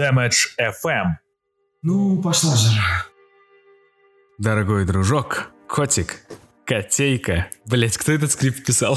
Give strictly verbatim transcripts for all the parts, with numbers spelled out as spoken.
Damage эф эм. Ну, пошла жара. Дорогой дружок, котик, котейка. Блять, кто этот скрипт писал?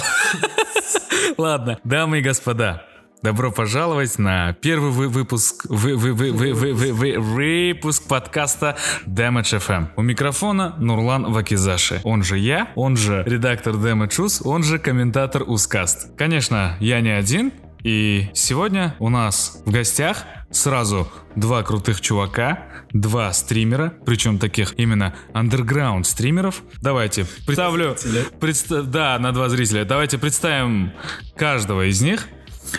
Ладно, дамы и господа, добро пожаловать на первый вы- выпуск вы- вы- вы- вы- вы- вы- вы- выпуск подкаста Damage эф эм. У микрофона Нурлан Вакизаши. Он же я, он же редактор Damage ус, он же комментатор Ускаст. Конечно, я не один, и сегодня у нас в гостях сразу два крутых чувака, два стримера, причем таких именно андерграунд стримеров. Давайте представлю, предста- да, на два зрителя. Давайте представим каждого из них.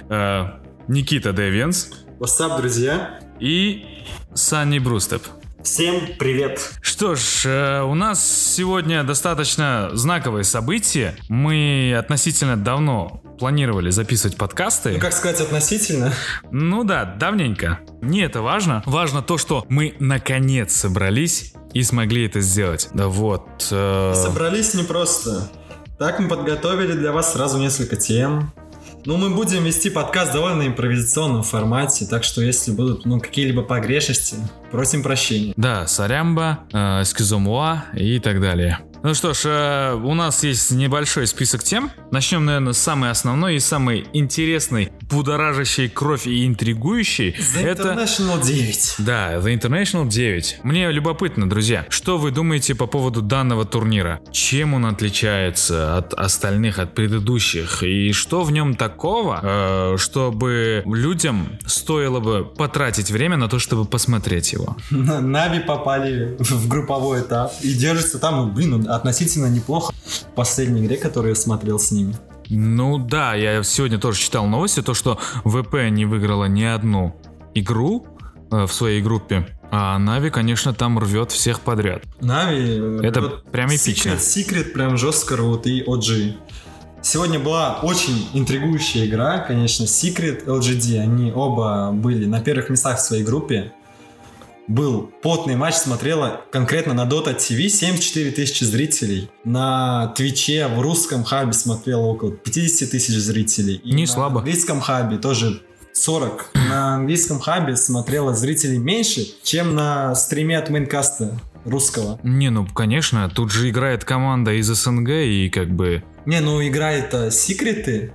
Э, Никита Девианс. What's up, друзья? И Санни Брустеп. Всем привет. Что ж, э, у нас сегодня достаточно знаковое событие. Мы относительно давно планировали записывать подкасты. Ну, как сказать, относительно? Ну да, давненько. Не это важно. Важно то, что мы наконец собрались и смогли это сделать. Да вот. Э... Собрались непросто. Так мы подготовили для вас сразу несколько тем. Ну, мы будем вести подкаст в довольно импровизационном формате, так что если будут ну, какие-либо погрешности, просим прощения. Да, сорямба, э, скизомуа и так далее. Ну что ж, э, у нас есть небольшой список тем. Начнем, наверное, с самой основной и самой интересной, будоражащей кровь и интригующей. The Это... International девять. Да, The International девять. Мне любопытно, друзья, что вы думаете по поводу данного турнира? Чем он отличается от остальных, от предыдущих? И что в нем такого, э, чтобы людям стоило бы потратить время на то, чтобы посмотреть его? Нави попали в групповой этап и держатся там, ну, блин, ну, относительно неплохо в последней игре, которую я смотрел с ними. Ну да, я сегодня тоже читал новости, то что ВП не выиграла ни одну игру э, в своей группе, а Нави, конечно, там рвет всех подряд. Нави Это рвет прям эпично. Secret, Secret прям жестко рвут и о джи. Сегодня была очень интригующая игра, конечно, Secret, эл джи ди, они оба были на первых местах в своей группе. Был потный матч, смотрела конкретно на Dota ти ви семьдесят четыре тысячи зрителей. На Твиче в русском хабе смотрело около пятьдесят тысяч зрителей. И Не на слабо. английском хабе тоже сорок. На английском хабе смотрело зрителей меньше, чем на стриме от мейнкаста русского. Не, ну конечно, тут же играет команда из СНГ и как бы... Не, ну играет Секреты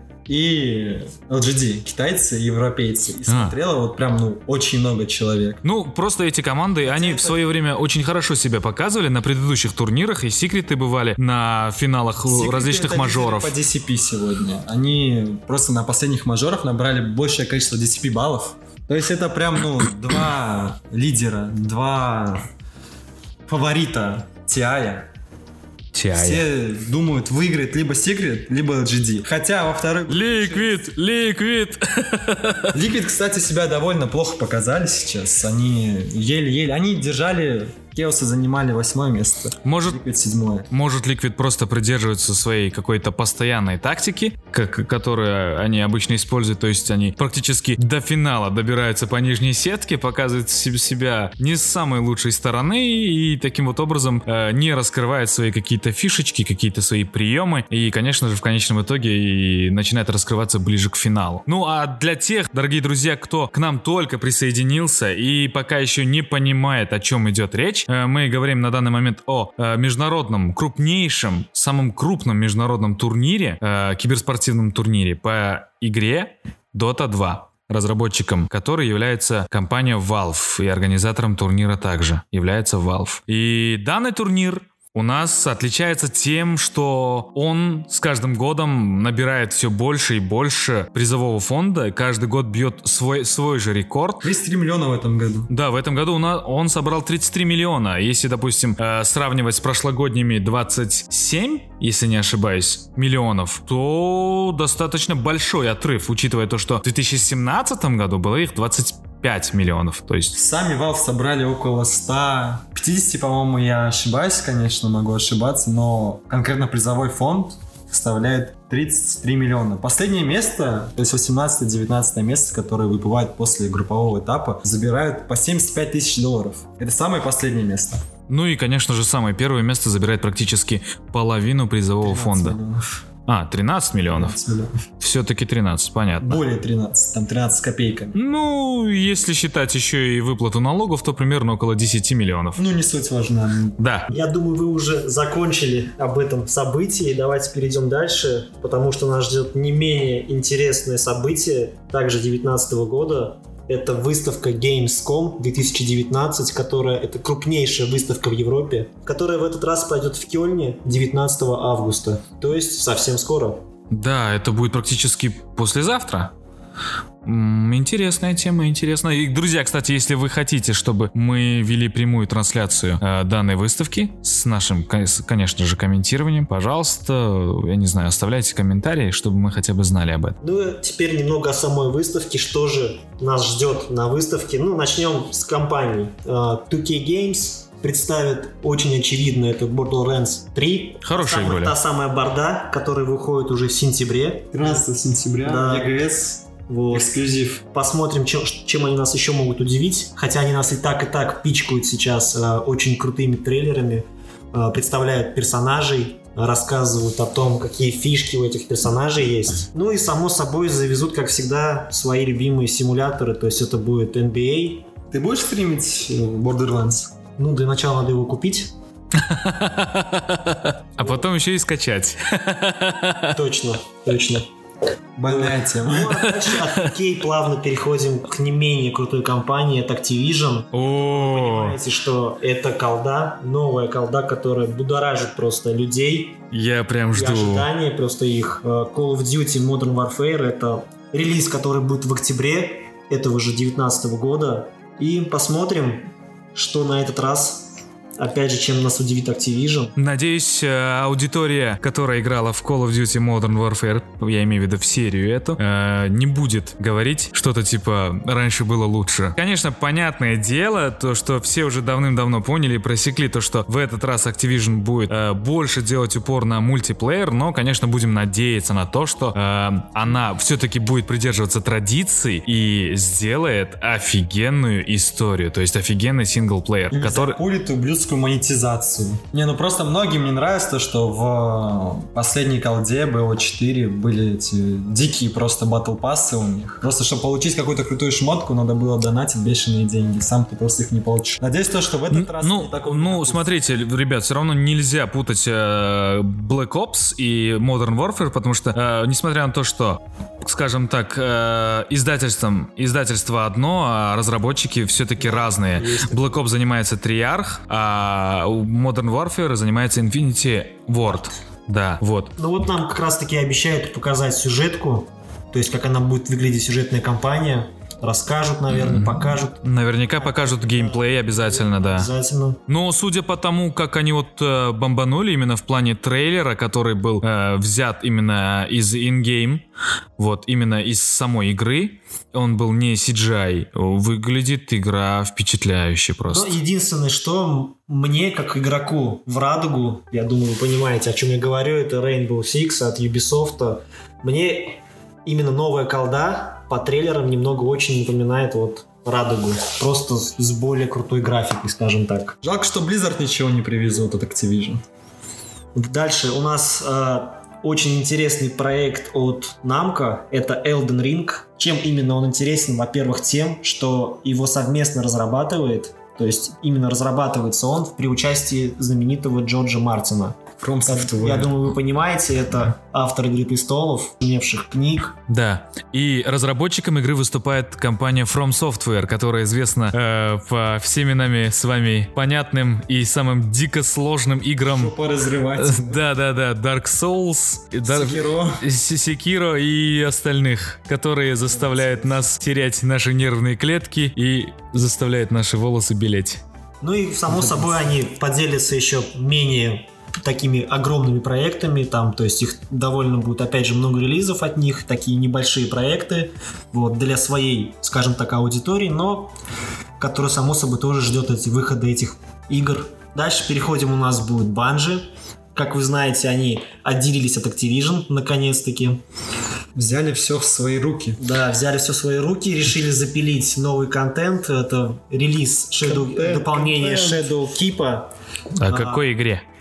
и эл джи ди, китайцы и европейцы. И А. смотрело вот прям, ну, очень много человек. Ну, просто эти команды, они это- в свое время очень хорошо себя показывали на предыдущих турнирах, и секреты бывали на финалах Секреты различных это мажоров. лидеры по ди си пи сегодня. Они просто на последних мажорах набрали большее количество ди си пи баллов. То есть это прям, ну, два лидера, два фаворита ти ай. Тяя. Все думают, выиграет либо Secret, либо эл джи ди. Хотя во второй... Ликвид, ликвид. Liquid, кстати, себя довольно плохо показали сейчас. Они еле-еле... Они держали... Кеосы занимали восьмое место. Может, Liquid седьмое. Может, Liquid просто придерживается своей какой-то постоянной тактики, как, которую они обычно используют, то есть они практически до финала добираются по нижней сетке, показывают себе- себя не с самой лучшей стороны и таким вот образом э, не раскрывают свои какие-то фишечки, какие-то свои приемы и, конечно же, в конечном итоге и начинает раскрываться ближе к финалу. Ну а для тех, дорогие друзья, кто к нам только присоединился и пока еще не понимает, о чем идет речь, мы говорим на данный момент о э, международном, крупнейшем, самом крупном международном турнире, э, киберспортивном турнире по игре Дота два, разработчиком которой является компания Valve, и организатором турнира также является Valve. И данный турнир у нас отличается тем, что он с каждым годом набирает все больше и больше призового фонда, и каждый год бьет свой, свой же рекорд. тридцать три миллиона в этом году. Да, в этом году у нас, он собрал тридцать три миллиона. Если, допустим, э, сравнивать с прошлогодними двадцать семь, если не ошибаюсь, миллионов, то достаточно большой отрыв, учитывая то, что в две тысячи семнадцатом году было их двадцать пять миллионов. То есть... Сами Valve собрали около сто пятьдесят, по-моему, я ошибаюсь, конечно, могу ошибаться, но конкретно призовой фонд составляет тридцать три миллиона. Последнее место, то есть восемнадцатое-девятнадцатое место, которое выпадает после группового этапа, забирают по семьдесят пять тысяч долларов. Это самое последнее место. Ну и, конечно же, самое первое место забирает практически половину призового фонда. Миллионов. А, тринадцать миллионов. тринадцать миллионов. Все-таки тринадцать, понятно. Более тринадцать, там тринадцать с копейками. Ну, если считать еще и выплату налогов, то примерно около десять миллионов. Ну, не суть важна. Да. Я думаю, вы уже закончили об этом событии. Давайте перейдем дальше, потому что нас ждет не менее интересное событие, также две тысячи девятнадцатого года. Это выставка Gamescom две тысячи девятнадцать, которая это крупнейшая выставка в Европе, которая в этот раз пройдет в Кёльне девятнадцатого августа, то есть совсем скоро. Да, это будет практически послезавтра. М, Интересная тема, интересно. И, друзья, кстати, если вы хотите, чтобы мы вели прямую трансляцию э, данной выставки с нашим, кон- с, конечно же, комментированием, пожалуйста, я не знаю, оставляйте комментарии, чтобы мы хотя бы знали об этом. Ну и теперь немного о самой выставке, что же нас ждет на выставке. Ну, начнем с компании. Э, ту кей Games представит очень очевидно, это Borderlands три. Хорошая Самая- игра. Та самая борда, которая выходит уже в сентябре. тринадцатого сентября, Да. и джи эс, Вот. эксклюзив. Посмотрим, чем, чем они нас еще могут удивить. Хотя они нас и так, и так пичкают сейчас э, очень крутыми трейлерами, э, представляют персонажей, рассказывают о том, какие фишки у этих персонажей есть. Ну и, само собой, завезут, как всегда, свои любимые симуляторы. То есть это будет эн би эй. Ты будешь стримить э, Borderlands? Ну, для начала надо его купить. А потом еще и скачать. Точно, точно. Больная тема. Ну, а дальше от ю кей плавно переходим к не менее крутой компании, это Activision. О, Понимаете, что это колда, новая колда, которая будоражит просто людей. я прям И жду. ожидания просто их. Э, Call of Duty Modern Warfare — это релиз, который будет в октябре этого же девятнадцатого года. И посмотрим, что на этот раз, опять же, чем нас удивит Activision. Надеюсь, э, аудитория, которая играла в Call of Duty Modern Warfare, я имею в виду в серию эту, э, не будет говорить что-то типа «раньше было лучше». Конечно, понятное дело, то, что все уже давным-давно поняли и просекли то, что в этот раз Activision будет э, больше делать упор на мультиплеер, но, конечно, будем надеяться на то, что э, она все-таки будет придерживаться традиций и сделает офигенную историю, то есть офигенный синглплеер, Или который... запулит ублюдскую монетизацию. Не, ну просто многим не нравится то, что в последней колде би о четыре были эти дикие просто батл пассы у них. Просто чтобы получить какую-то крутую шмотку, надо было донатить бешеные деньги. Сам ты просто их не получишь. Надеюсь, то, что в этот раз... Ну, не такого ну не будет. смотрите, ребят, все равно нельзя путать э, Black Ops и Modern Warfare, потому что, э, несмотря на то, что, скажем так, э, издательством, издательство одно, а разработчики все-таки разные. Black Ops занимается Treyarch, а у Modern Warfare занимается Infinity Ward. Да, вот. Ну вот нам как раз-таки обещают показать сюжетку, то есть как она будет выглядеть, сюжетная кампания. Расскажут, наверное, Мгм. покажут. Наверняка покажут геймплей обязательно, да. Обязательно. Но судя по тому, как они вот э, бомбанули именно в плане трейлера, который был э, взят именно из in-game, вот именно из самой игры, он был не си джи ай, выглядит игра впечатляюще Но просто. единственное, что мне, как игроку в радугу, я думаю, вы понимаете, о чем я говорю, это Rainbow Six от Ubisoft. Мне именно новая колда по трейлерам немного очень напоминает вот радугу. Просто с с более крутой графикой, скажем так. Жалко, что Blizzard ничего не привезут от Activision. Дальше у нас э, очень интересный проект от Namco. Это Elden Ring. Чем именно он интересен? Во-первых, тем, что его совместно разрабатывает, то есть именно разрабатывается он при участии знаменитого Джорджа Мартина. From Software. Я думаю, вы понимаете, это автор «Игры престолов», имевших книг. Да. И разработчиком игры выступает компания From Software, которая известна э, по всеми нами с вами понятным и самым дико сложным играм. Жопа разрывать. Да-да-да, Dark Souls, и Dar- Sekiro. С- Sekiro и остальных, которые заставляют нас терять наши нервные клетки и заставляют наши волосы белеть. Ну и, само собой, они поделятся еще менее такими огромными проектами, там, то есть их довольно будет, опять же, много релизов от них, такие небольшие проекты, вот, для своей, скажем так, аудитории, но которая, само собой, тоже ждет эти выходы этих игр. Дальше переходим, у нас будет Bungie. Как вы знаете, они отделились от Activision, наконец-таки. Взяли все в свои руки. Да, взяли все в свои руки, решили запилить новый контент. Это релиз Shadow, Контент, дополнение контент. Shadow Keep. О какой игре?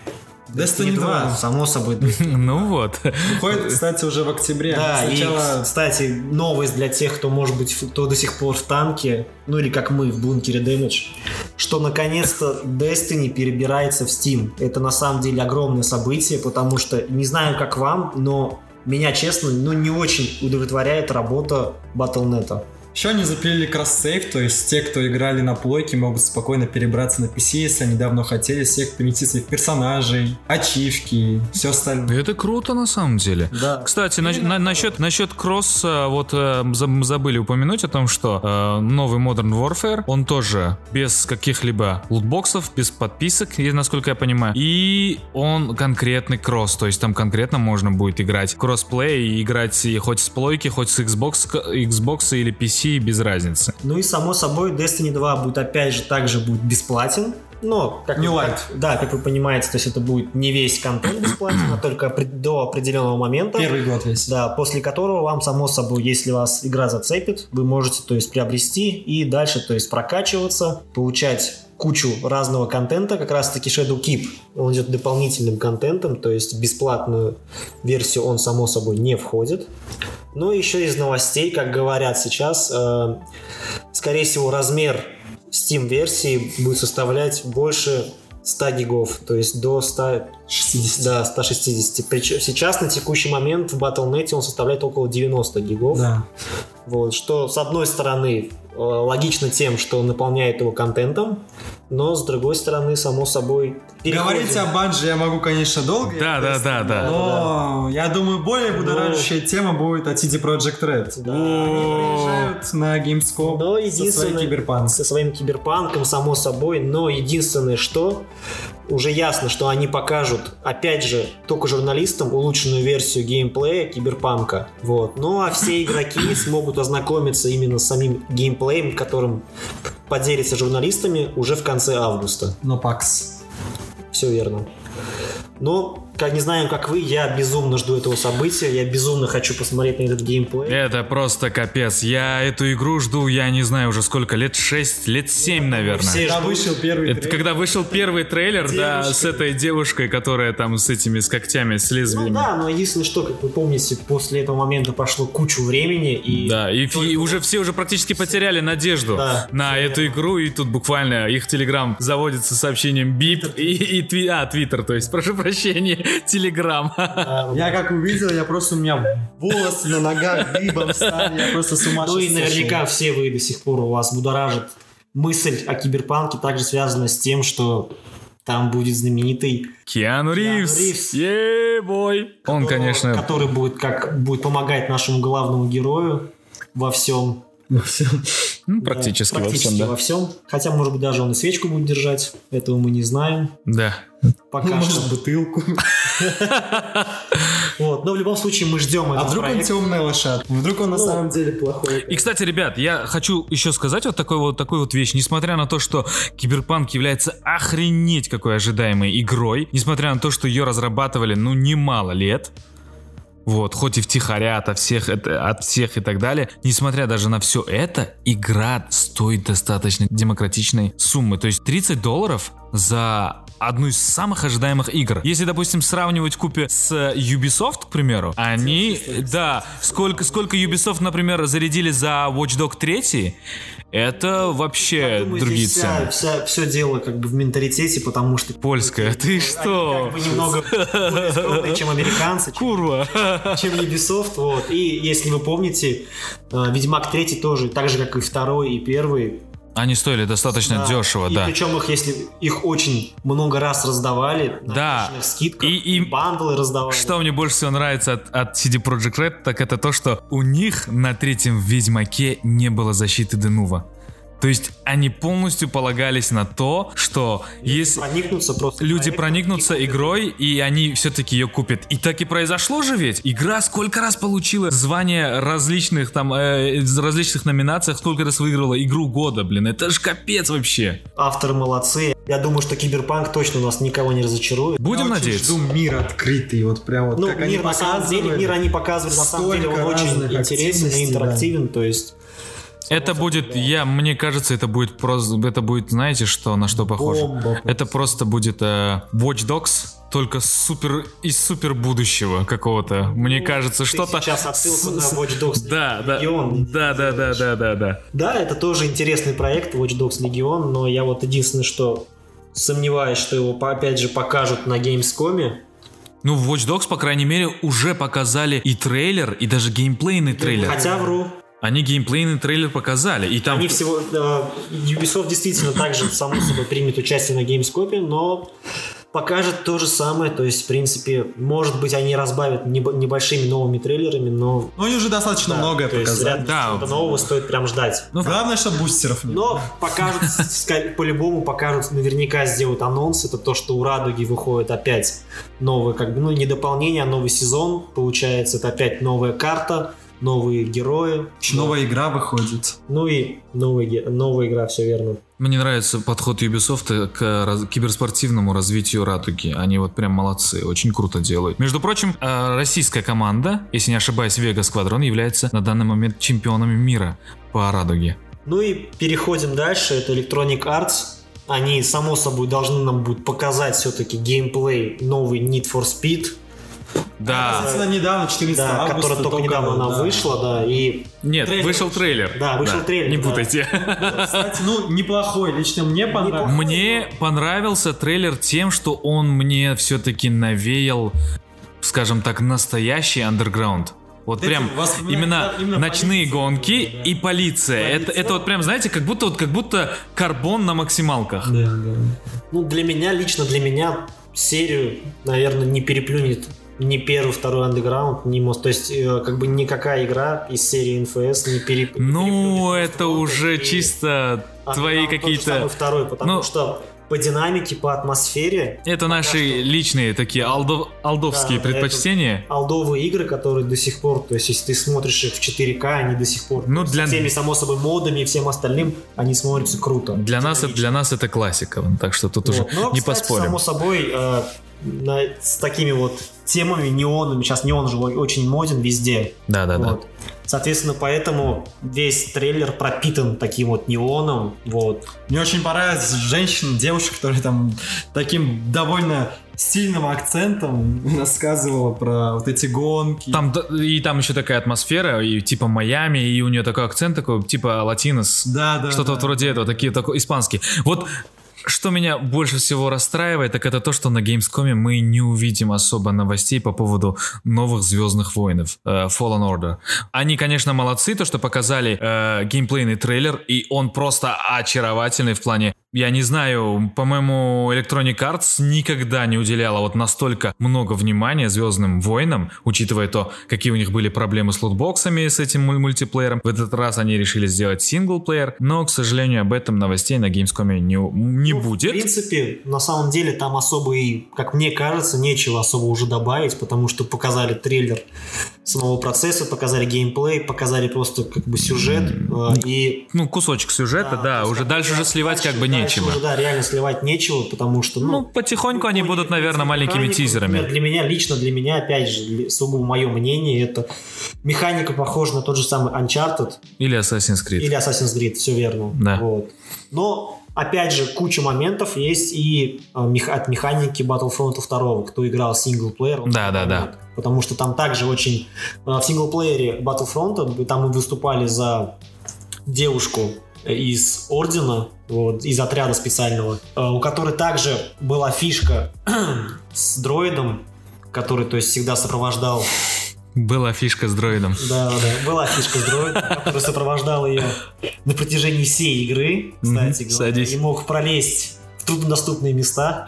Destiny два. Само собой. Ну вот. Выходит, кстати, уже в октябре. Да, Сначала... и, кстати, новость для тех, кто, может быть, кто до сих пор в танке, ну или как мы в бункере Damage, что наконец-то Destiny перебирается в Steam. Это на самом деле огромное событие, потому что, не знаю, как вам, но меня, честно, ну не очень удовлетворяет работа батл точка нет. Еще они запилили кросс-сейв, то есть те, кто играли на плойке, могут спокойно перебраться на пи си, если они давно хотели, всех перенести своих персонажей, ачивки, все остальное. Это круто на самом деле. Да. Кстати, на, на, насчет, насчет кросса, вот э, мы забыли упомянуть о том, что э, новый Modern Warfare, он тоже без каких-либо лутбоксов, без подписок, насколько я понимаю, и он конкретный кросс, то есть там конкретно можно будет играть кроссплей и играть и хоть с плойки, хоть с Xbox, Xbox или пи си, без разницы. Ну и само собой Destiny два будет опять же также будет бесплатен. Но, как не вы, лайт. Да, как вы понимаете, то есть это будет не весь контент бесплатен, а только до определенного момента. Первый год весь. Да, после которого вам, само собой, если вас игра зацепит, вы можете, то есть, приобрести и дальше, то есть, прокачиваться, получать кучу разного контента, как раз-таки Shadow Keep. Он идет дополнительным контентом, то есть, в бесплатную версию он, само собой, не входит. Но еще из новостей, как говорят сейчас, э, скорее всего, размер Steam-версии будет составлять больше ста гигов, то есть до ста шестидесяти. Да, ста шестидесяти. Причем сейчас на текущий момент в батл точка нет он составляет около девяноста гигов. Да. Вот, что с одной стороны логично тем, что наполняет его контентом, но с другой стороны, само собой, переходим. Говорить о Bungie я могу, конечно, долго. Да, да, да, да. Но я думаю, более будоражащая тема будет от си ди Projekt Red. Да. Они приезжают на Gamescom Но со своим киберпанком. Со своим киберпанком, само собой, но единственное, что уже ясно, что они покажут, опять же, только журналистам улучшенную версию геймплея киберпанка. Вот. Ну а все игроки смогут ознакомиться именно с самим геймплеем, которым поделятся журналистами уже в конце августа. Но пакс. Все верно. Но, как не знаю, как вы, я безумно жду этого события, я безумно хочу посмотреть на этот геймплей. Это просто капец. Я эту игру жду, я не знаю уже сколько, лет шесть, лет семь, наверное. Все Когда ждут. вышел первый Это трейлер. когда вышел первый трейлер, да, Девушка. с этой девушкой, которая там с этими, с когтями, с Ну лезвиями. да, но единственное, что, как вы помните, после этого момента прошло кучу времени, и... Да, и, Только- и уже все уже практически потеряли надежду Да, на всё эту верно. игру, и тут буквально их телеграм заводится сообщением бип и, и тви- а, твиттер, то есть, прошу прощения, телеграм. а, Я как увидел, я просто у меня волосы на ногах дыбом стали, я просто с ума Ну и сошел. наверняка все вы до сих пор, у вас будоражит мысль о киберпанке, также связана с тем, что там будет знаменитый... Киану Ривз, Ривз. е-бой. Он, которого- конечно, Который будет, как, будет помогать нашему главному герою во всем. Ну, всё. ну, практически, Да, во практически всем, да. во всем. Хотя, может быть, даже он и свечку будет держать. Этого мы не знаем. Да. Пока Ну, что. может, бутылку. Вот. Но в любом случае мы ждем А этот вдруг он проект. темная лошадка? Вдруг он на Ну, самом деле плохой? И, кстати, ребят, я хочу еще сказать вот такой вот, такую вот вещь. Несмотря на то, что Киберпанк является охренеть какой ожидаемой игрой, несмотря на то, что ее разрабатывали, ну, немало лет, вот, хоть и втихаря от всех, это, от всех и так далее, несмотря даже на все это, игра стоит достаточно демократичной суммы. То есть тридцать долларов за одну из самых ожидаемых игр. Если, допустим, сравнивать в купе с Ubisoft, к примеру, они, да, сколько, сколько Ubisoft, например, зарядили за Watch Dogs три, это вообще Думаю, другие здесь вся, цены. вся- все дело как бы в менталитете, потому что... Польская, ты Они что? как бы немного более скромные, чем американцы, чем, Курва. чем Ubisoft. Вот. И если вы помните, э, Ведьмак три тоже, так же, как и второй и первый, Они стоили достаточно да, дешево, и да. причем их, если их очень много раз раздавали, на Да. отличных скидках, И- и- бандлы раздавали. Что мне больше всего нравится от, от си ди Projekt Red, так это то, что у них на третьем Ведьмаке не было защиты Денува. То есть они полностью полагались на то, что если проникнуться просто люди проектом проникнутся и купят. игрой, и они все-таки ее купят. И так и произошло же ведь. Игра сколько раз получила звания различных там, э, из различных номинациях, сколько раз выиграла игру года, блин. Это ж капец вообще. Авторы молодцы. Я думаю, что Киберпанк точно у нас никого не разочарует. Будем Я надеяться. очень жду мир открытый, вот прям вот Ну, как они мир на самом деле, показывали. мир они показывали, на самом деле он Столько очень разных интересен и активностей, интерактивен, то есть Это будет, я, мне кажется, это будет просто, это будет, знаете, что, на что похоже? Бомба. Это просто будет э, Watch Dogs, только супер из супер будущего какого-то. Мне Ну, кажется, ты что-то. сейчас отсылку на Watch Dogs Да, да, Legion да, да, да, да, да, да. Да, это тоже интересный проект Watch Dogs Legion, но я вот единственное, что сомневаюсь, что его по- опять же покажут на Gamescom. Ну, в Watch Dogs, по крайней мере, уже показали и трейлер, и даже геймплейный трейлер. Хотя вру. Они геймплейный трейлер показали, и там... Они всего... э, Ubisoft действительно также, само собой, примет участие на Gamescom, но покажет то же самое. То есть, в принципе, может быть, они разбавят небо- небольшими новыми трейлерами, но... Ну, они уже достаточно да, многое то есть, показали. ряд Да. чего-то нового стоит прям ждать. Ну, Главное, что бустеров нет. Но покажут, ска- по-любому покажут, наверняка сделают анонс. Это то, что у Радуги выходит опять новое, как бы, ну, не дополнение, а новый сезон. Получается, это опять новая карта, новые герои. Новая игра выходит. Ну и новая, ге- новая игра, все верно. Мне нравится подход Ubisoft к раз- киберспортивному развитию Радуги. Они вот прям молодцы, очень круто делают. Между прочим, э, российская команда, если не ошибаюсь, Vega Squadron, является на данный момент чемпионами мира по Радуге. Ну и переходим дальше. Это Electronic Arts. Они, само собой, должны нам будут показать все-таки геймплей новый Need for Speed. Да. Относительно недавно, четырнадцатого Да, августа. которая только недавно она да. вышла, да, и... Нет, Трейлер. вышел трейлер. Да, вышел трейлер, Не да. путайте. Кстати, ну, неплохой. Лично мне понравился. Мне понравился трейлер тем, что он мне все-таки навеял, скажем так, настоящий андерграунд. Вот Эти прям воспоминания, именно, да, именно ночные полиция, гонки да. и полиция. Это, Полиция. это вот прям, знаете, как будто вот как будто карбон на максималках. Да, да. Ну, для меня, лично для меня, серию, наверное, не переплюнет ни первый, второй андеграунд, ни мост. То есть, э, как бы никакая игра из серии эн эф эс не переп- не Ну, переплюнет это Monster уже Hunter и чисто твои Underground тот же какие-то... самый второй, потому ну, что по динамике, по атмосфере Это наши что- личные такие алдов- алдовские Да, предпочтения. алдовые игры, которые до сих пор, то есть если ты смотришь их в четыре ка, они до сих пор Ну, с для- всеми, само собой, модами и всем остальным, они смотрятся круто. Для нас, это, Динамично. для нас это классика, так что тут уже Вот. Но, не кстати, поспорим. само собой, э, на- с такими вот темами, неонами, сейчас неон же очень моден везде. Да-да-да. Вот. Соответственно, поэтому весь трейлер пропитан таким вот неоном. Вот. Мне очень понравилась женщина, девушка, которая там таким довольно сильным акцентом рассказывала про вот эти гонки. Там, д- и там еще такая атмосфера, и типа Майами, и у нее такой акцент такой, типа латинос. Да, да. Что-то да. вот вроде этого, такие, такой испанский. Вот что меня больше всего расстраивает, так это то, что на Gamescom мы не увидим особо новостей по поводу новых Звездных Воинов, э, Fallen Order. Они, конечно, молодцы, то, что показали э, геймплейный трейлер, и он просто очаровательный в плане, я не знаю, по-моему, Electronic Arts никогда не уделяла вот настолько много внимания Звездным Войнам, учитывая то, какие у них были проблемы с лутбоксами, с этим муль- мультиплеером. В этот раз они решили сделать синглплеер, но, к сожалению, об этом новостей на Gamescom не, не Ну, будет. В принципе, на самом деле там особо и, как мне кажется, нечего особо уже добавить, потому что показали трейлер самого процесса, показали геймплей, показали просто как бы сюжет э, и Ну, кусочек сюжета, да, то есть, уже как бы, дальше уже сливать дальше- как бы дальше нечего. уже, да, реально сливать нечего, потому что, ну, Ну, потихоньку они выходит будут, наверное, маленькими механика. тизерами. Например, Для меня, лично для меня, опять же, для- сугубо мое мнение, это механика похожа на тот же самый Uncharted Или Assassin's Creed. или Assassin's Creed, все верно. Да. Вот. Но, опять же, куча моментов есть и э, мех- от механики Battlefront два. Кто играл синглплеер, он Да, да, да. поймет. Потому что там также очень... э, В синглплеере Battlefront там мы выступали за девушку из Ордена, вот, из отряда специального, э, у которой также была фишка с дроидом, который, то есть, всегда сопровождал... Была фишка с дроидом. Да, да, была фишка с дроидом, который сопровождал ее на протяжении всей игры, кстати Мгм, говоря, садись. и мог пролезть в труднодоступные места.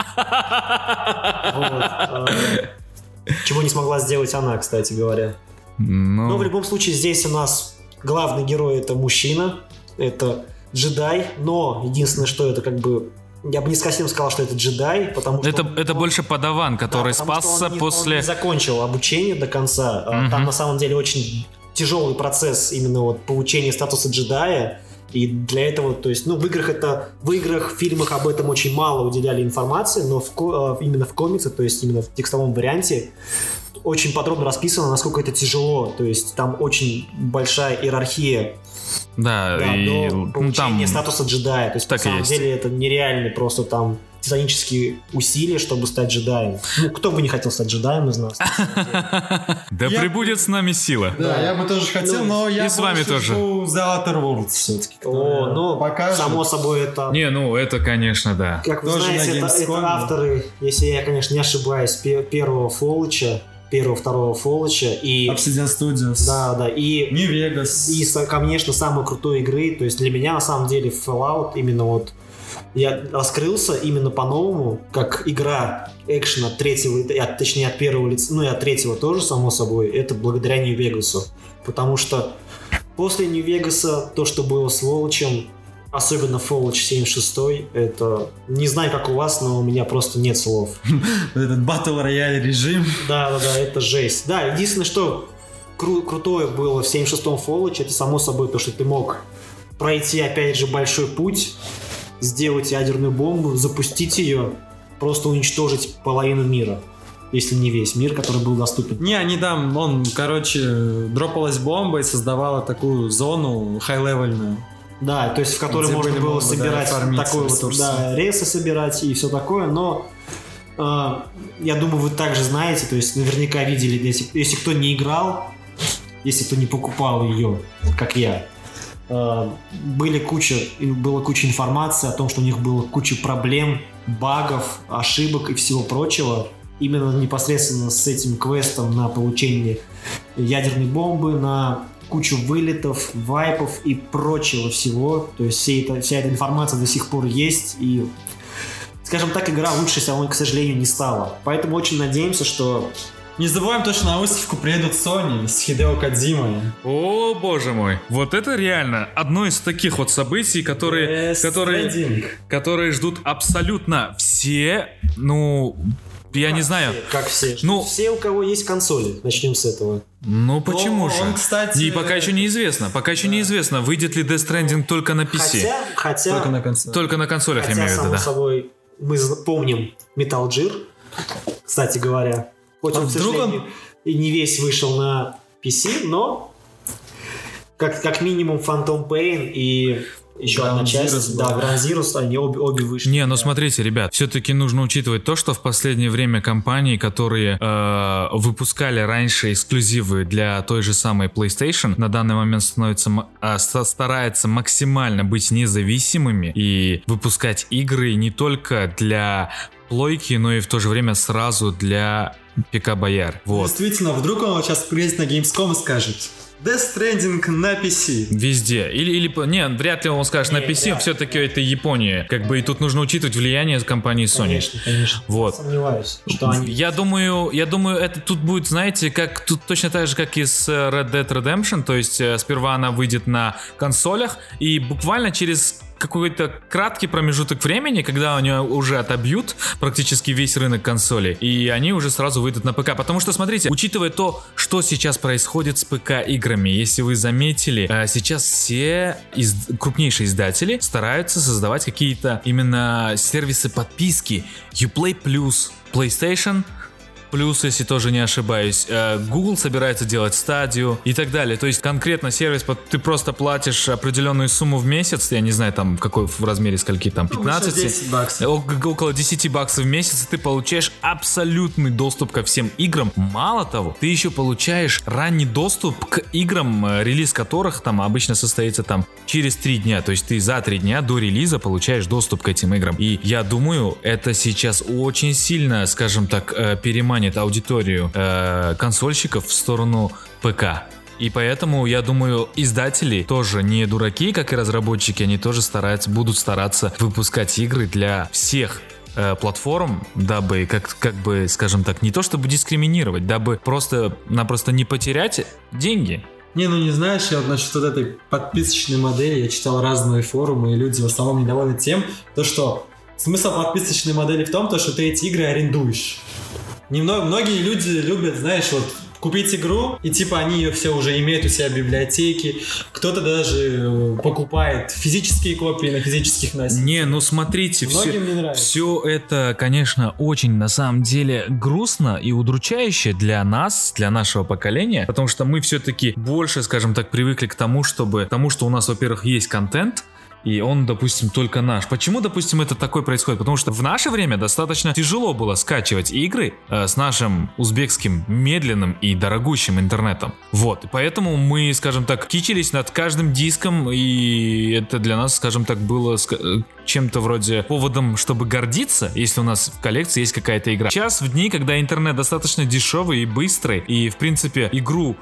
Вот, э, Чего не смогла сделать она, кстати говоря. Но в Ну, любом случае здесь у нас главный герой — это мужчина, это джедай, но единственное, что это как бы... Я бы не совсем сказал, что это джедай, потому что... это, он- это он- больше подаван, да, который потому что спасся он не- он после... не закончил обучение до конца. А Мгм. Там на самом деле очень тяжелый процесс именно вот получения статуса джедая. И для этого, то есть, ну, в играх это, в играх, в фильмах об этом очень мало уделяли информации, но в, ко- э, именно в комиксах, то есть именно в текстовом варианте, очень подробно расписано, насколько это тяжело. То есть там очень большая иерархия. Да, Да, и до ну, получения там статуса джедая. То есть так на самом есть. деле это нереальные просто там титанические усилия, чтобы стать джедаем. Ну, кто бы не хотел стать джедаем из нас? Да Я- прибудет с нами сила. Да, я бы тоже хотел, Ну, но я и с вами больше тоже. жду The Outer Worlds все-таки. О, ну, покажет. само собой, это... Не, ну это, конечно, да. Как вы Тоже знаете, на это, это Gamescom. авторы, если я, конечно, не ошибаюсь, пе- первого Фоллача, первого-второго Фоллача, и... Obsidian Studios. Да, да, и... New Vegas. И, со- конечно, самой крутой игры, то есть для меня, на самом деле, Fallout именно вот... Я раскрылся именно по-новому, как игра экшена третьего, и от- точнее от первого лица, ну и от третьего тоже, само собой, это благодаря New Vegas. Потому что после New Vegas то, что было с Волчем, особенно Fallout семьдесят шесть, это... Не знаю, как у вас, но у меня просто нет слов. Этот Battle Royale режим. Да, да, да, это жесть. Да, единственное, что кру- крутое было в семьдесят шестом Fallout, это само собой то, что ты мог пройти, опять же, большой путь, сделать ядерную бомбу, запустить ее, просто уничтожить половину мира. Если не весь мир, который был доступен. Не, они там, он, короче, дропалась бомба и создавала такую зону хай-левельную. Да, то есть в которой Где можно были было бомбы, да, собирать фармить такой вот, ресурсы. да, ресы собирать и все такое, но э, я думаю, вы также знаете, то есть наверняка видели, если, если кто не играл, если кто не покупал ее, как я, э, были куча, была куча информации о том, что у них было куча проблем, багов, ошибок и всего прочего, именно непосредственно с этим квестом на получение ядерной бомбы, на кучу вылетов, вайпов и прочего всего. То есть все это, вся эта информация до сих пор есть. И, скажем так, игра лучше, к сожалению, не стала. Поэтому очень надеемся, что... Не забываем то, что на выставку приедут Sony с Хидео Кодзимой. О, боже мой. Вот это реально одно из таких вот событий, которые, Death которые, Stranding. которые ждут абсолютно все, ну, я не знаю. Как все. Ну- Все, у кого есть консоли. Начнем с этого. Ну почему О, же? он, кстати, И пока еще неизвестно. Пока еще неизвестно, выйдет ли Death Stranding только на пи си. Хотя, хотя, Только на конце. Только на консолях, я хотя, имею в виду, само да. собой, мы з- помним Metal Gear, кстати говоря. Хоть А он, к вдруг он- сожалению, и не весь вышел на пи си, но как, как минимум Phantom Pain и еще Ground одна часть, Zeroes да, была. Ground Zeroes, они обе, обе вышли. Не, ну Да. смотрите, ребят, все-таки нужно учитывать то, что в последнее время компании, которые э, выпускали раньше эксклюзивы для той же самой PlayStation, на данный момент становятся, м- а, ста- стараются максимально быть независимыми и выпускать игры не только для плойки, но и в то же время сразу для ПК-бояр. Вот. Действительно, вдруг он вот сейчас приедет на Gamescom и скажет Death Stranding на пи си. Везде. Или, или, по- не, вряд ли он скажет на Не, пи си, да. все-таки это Япония. Как бы и тут нужно учитывать влияние компании Sony. Конечно, конечно. Вот. Сомневаюсь, что они... Я думаю, я думаю, это тут будет, знаете, как тут точно так же, как и с э, Red Dead Redemption, то есть э, сперва она выйдет на консолях, и буквально через какой-то краткий промежуток времени, когда у нее уже отобьют практически весь рынок консолей, и они уже сразу выйдут на ПК. Потому что, смотрите, учитывая то, что сейчас происходит с ПК-играми, если вы заметили, э, сейчас все из- крупнейшие издатели стараются создавать какие-то именно сервисы подписки. Uplay Plus, PlayStation Плюс, если тоже не ошибаюсь, э, Google собирается делать стадию и так далее. То есть конкретно сервис, под- ты просто платишь определенную сумму в месяц, я не знаю там какой в размере скольки там, пятнадцать, десять баксов. о- около десять баксов в месяц, и ты получаешь абсолютный доступ ко всем играм. Мало того, ты еще получаешь ранний доступ к играм, э, релиз которых там обычно состоится там через три дня. То есть ты за три дня до релиза получаешь доступ к этим играм. И я думаю, это сейчас очень сильно, скажем так, э, переманит аудиторию э, консольщиков в сторону ПК. И поэтому, я думаю, издатели тоже не дураки, как и разработчики, они тоже стараются, будут стараться выпускать игры для всех э, платформ, дабы, как, как бы, скажем так, не то чтобы дискриминировать, дабы просто-напросто не потерять деньги. Не, ну не знаешь, я вот насчет вот этой подписочной модели, я читал разные форумы, и люди в основном недовольны тем, то что смысл подписочной модели в том, то, что ты эти игры арендуешь. Немного, многие люди любят, знаешь, вот купить игру, и типа они ее все уже имеют у себя в библиотеке. Кто-то даже покупает физические копии на физических носителях. Не, ну смотрите, все, не нравится. все это, конечно, очень на самом деле грустно и удручающе для нас, для нашего поколения, потому что мы все-таки больше, скажем так, привыкли к тому, чтобы, к тому, что у нас, во-первых, есть контент, и он, допустим, только наш. Почему, допустим, это такое происходит? Потому что в наше время достаточно тяжело было скачивать игры э, с нашим узбекским медленным и дорогущим интернетом. Вот, и поэтому мы, скажем так, кичились над каждым диском, и это для нас, скажем так, было чем-то вроде поводом, чтобы гордиться, если у нас в коллекции есть какая-то игра. Сейчас, в дни, когда интернет достаточно дешевый и быстрый, и, в принципе, игру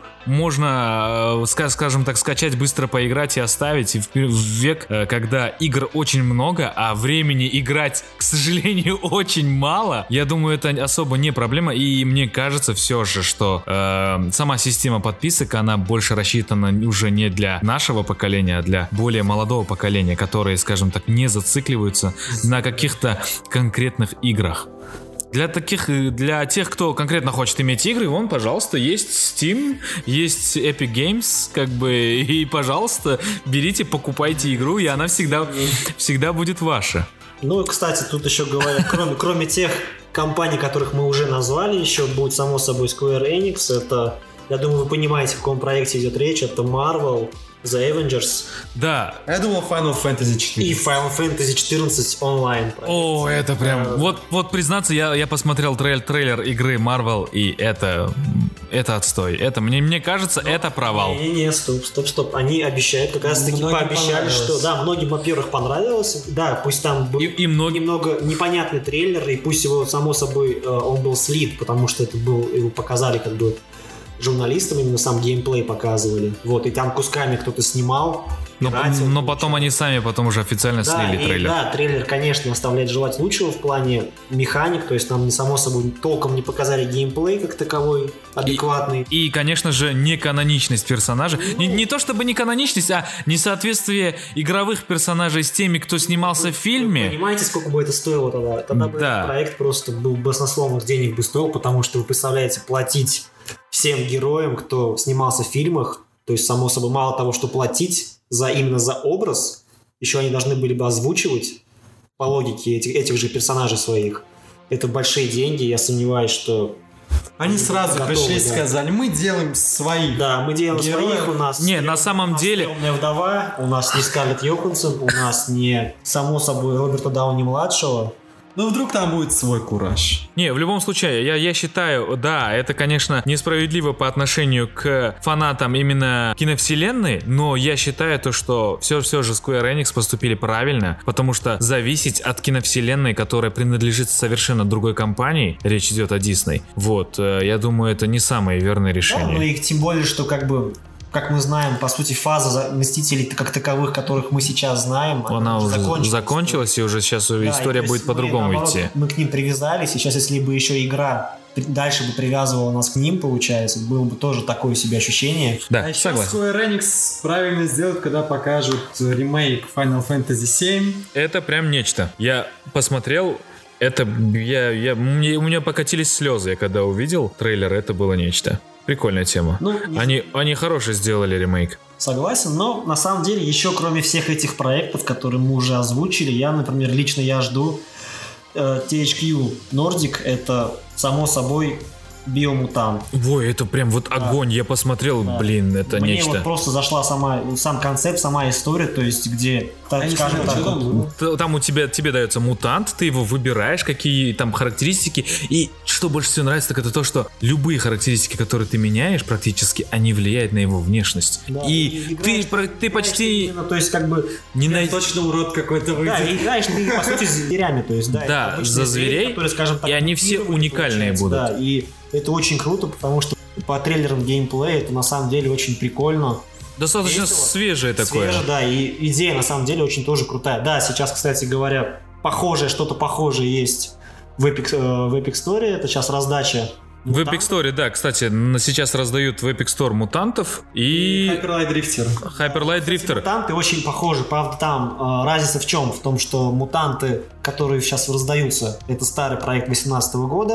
можно, скажем так, скачать, быстро поиграть и оставить, и в век, когда игр очень много, а времени играть, к сожалению, очень мало, я думаю, это особо не проблема, и мне кажется все же, что э, сама система подписок, она больше рассчитана уже не для нашего поколения, а для более молодого поколения, которые, скажем так, не зацикливаются на каких-то конкретных играх. Для таких, для тех, кто конкретно хочет иметь игры, вон, пожалуйста, есть Steam, есть Epic Games, как бы, и, пожалуйста, берите, покупайте игру, и она всегда, всегда будет ваша. Ну, кстати, тут еще говорят, кроме, кроме тех компаний, которых мы уже назвали, еще будет, само собой, Square Enix, это, я думаю, вы понимаете, о каком проекте идет речь, это Marvel, The Avengers. Да. Я думал Final Fantasy четыре. И Final Fantasy четырнадцать онлайн. О, это прям... Uh, вот, вот признаться, я, я посмотрел трейлер, трейлер игры Marvel, и это... Это отстой. Это, мне, мне кажется, но, это провал. Не-не-не, стоп, стоп, стоп. Они обещают, как раз таки пообещали, что... Да, многим, во-первых, понравилось. Да, пусть там был и, и мног... немного непонятный трейлер, и пусть его, само собой, он был слит, потому что это был... Его показали как бы... журналистам именно сам геймплей показывали. Вот, и там кусками кто-то снимал. Но, пиратил, но потом они сами потом уже официально да, слили и, трейлер. Да, трейлер, конечно, оставляет желать лучшего в плане механик, то есть нам, не само собой, толком не показали геймплей как таковой, адекватный. И, и конечно же, неканоничность персонажей. Ну, не, не то чтобы неканоничность, а несоответствие игровых персонажей с теми, кто снимался в фильме. Вы понимаете, сколько бы это стоило тогда? Тогда бы да. этот проект просто был баснословных денег бы стоил, потому что вы представляете, платить всем героям, кто снимался в фильмах, то есть, само собой, мало того, что платить за именно за образ, еще они должны были бы озвучивать по логике этих, этих же персонажей своих. Это большие деньги, я сомневаюсь, что... Они сразу готовы, пришли и да. сказали, мы делаем своих. Да, мы делаем героев. своих, у нас... Не, на самом у нас деле... «Темная вдова», у нас не Скарлетт Йоханссон, у нас не, само собой, Роберта Дауни-младшего. Ну, вдруг там будет свой кураж. Не, в любом случае, я, я считаю, да, это, конечно, несправедливо по отношению к фанатам именно киновселенной, но я считаю то, что все, все же Square Enix поступили правильно, потому что зависеть от киновселенной, которая принадлежит совершенно другой компании, речь идет о Disney, вот, я думаю, это не самое верное решение. Да, ну и тем более, что как бы... Как мы знаем, по сути, фаза Мстителей как таковых, которых мы сейчас знаем, она, она уже закончилась. закончилась, и уже сейчас да, история будет мы, по-другому наоборот, идти. Мы к ним привязались, и сейчас, если бы еще игра дальше бы привязывала нас к ним, получается, было бы тоже такое себе ощущение. Да, а еще согласен. Square Enix правильно сделают, когда покажут ремейк Final Fantasy семь. Это прям нечто. Я посмотрел... Это я, я, мне, у меня покатились слезы, я когда увидел трейлер, это было нечто. Прикольная тема. Ну, они, они хороший сделали ремейк. Согласен, но на самом деле еще кроме всех этих проектов, которые мы уже озвучили, я, например, лично я жду э, ти эйч кью Nordic, это само собой Биомутант. Ой, это прям вот огонь, да. Я посмотрел, да. Блин, это Мне нечто. Мне вот просто зашла сама, сам концепт, сама история, то есть где, так, скажем так, вот, там у тебя тебе дается мутант, ты его выбираешь, какие там характеристики, и что больше всего нравится, так это то, что любые характеристики, которые ты меняешь практически, они влияют на его внешность. Да, и и ты, играешь, ты почти... Именно, то есть как бы... Не най... Точно урод какой-то выйдет. Да, играешь ты, по сути, с зверями, то есть, да. Да, за зверей, которые, скажем так, и они все уникальные будут. Да, и это очень круто, потому что по трейлерам геймплея это на самом деле очень прикольно. Достаточно весело, свежее такое. Свежее, да, и идея на самом деле очень тоже крутая. Да, сейчас, кстати говоря, похожее, что-то похожее есть в Epic, э, в Epic Store, это сейчас раздача. В Epic Store, да, кстати, сейчас раздают в Epic Store мутантов и... Hyper Light Drifter. Hyper Light Drifter. Мутанты очень похожи, правда, там э, разница в чем? В том, что мутанты, которые сейчас раздаются, это старый проект восемнадцатого года,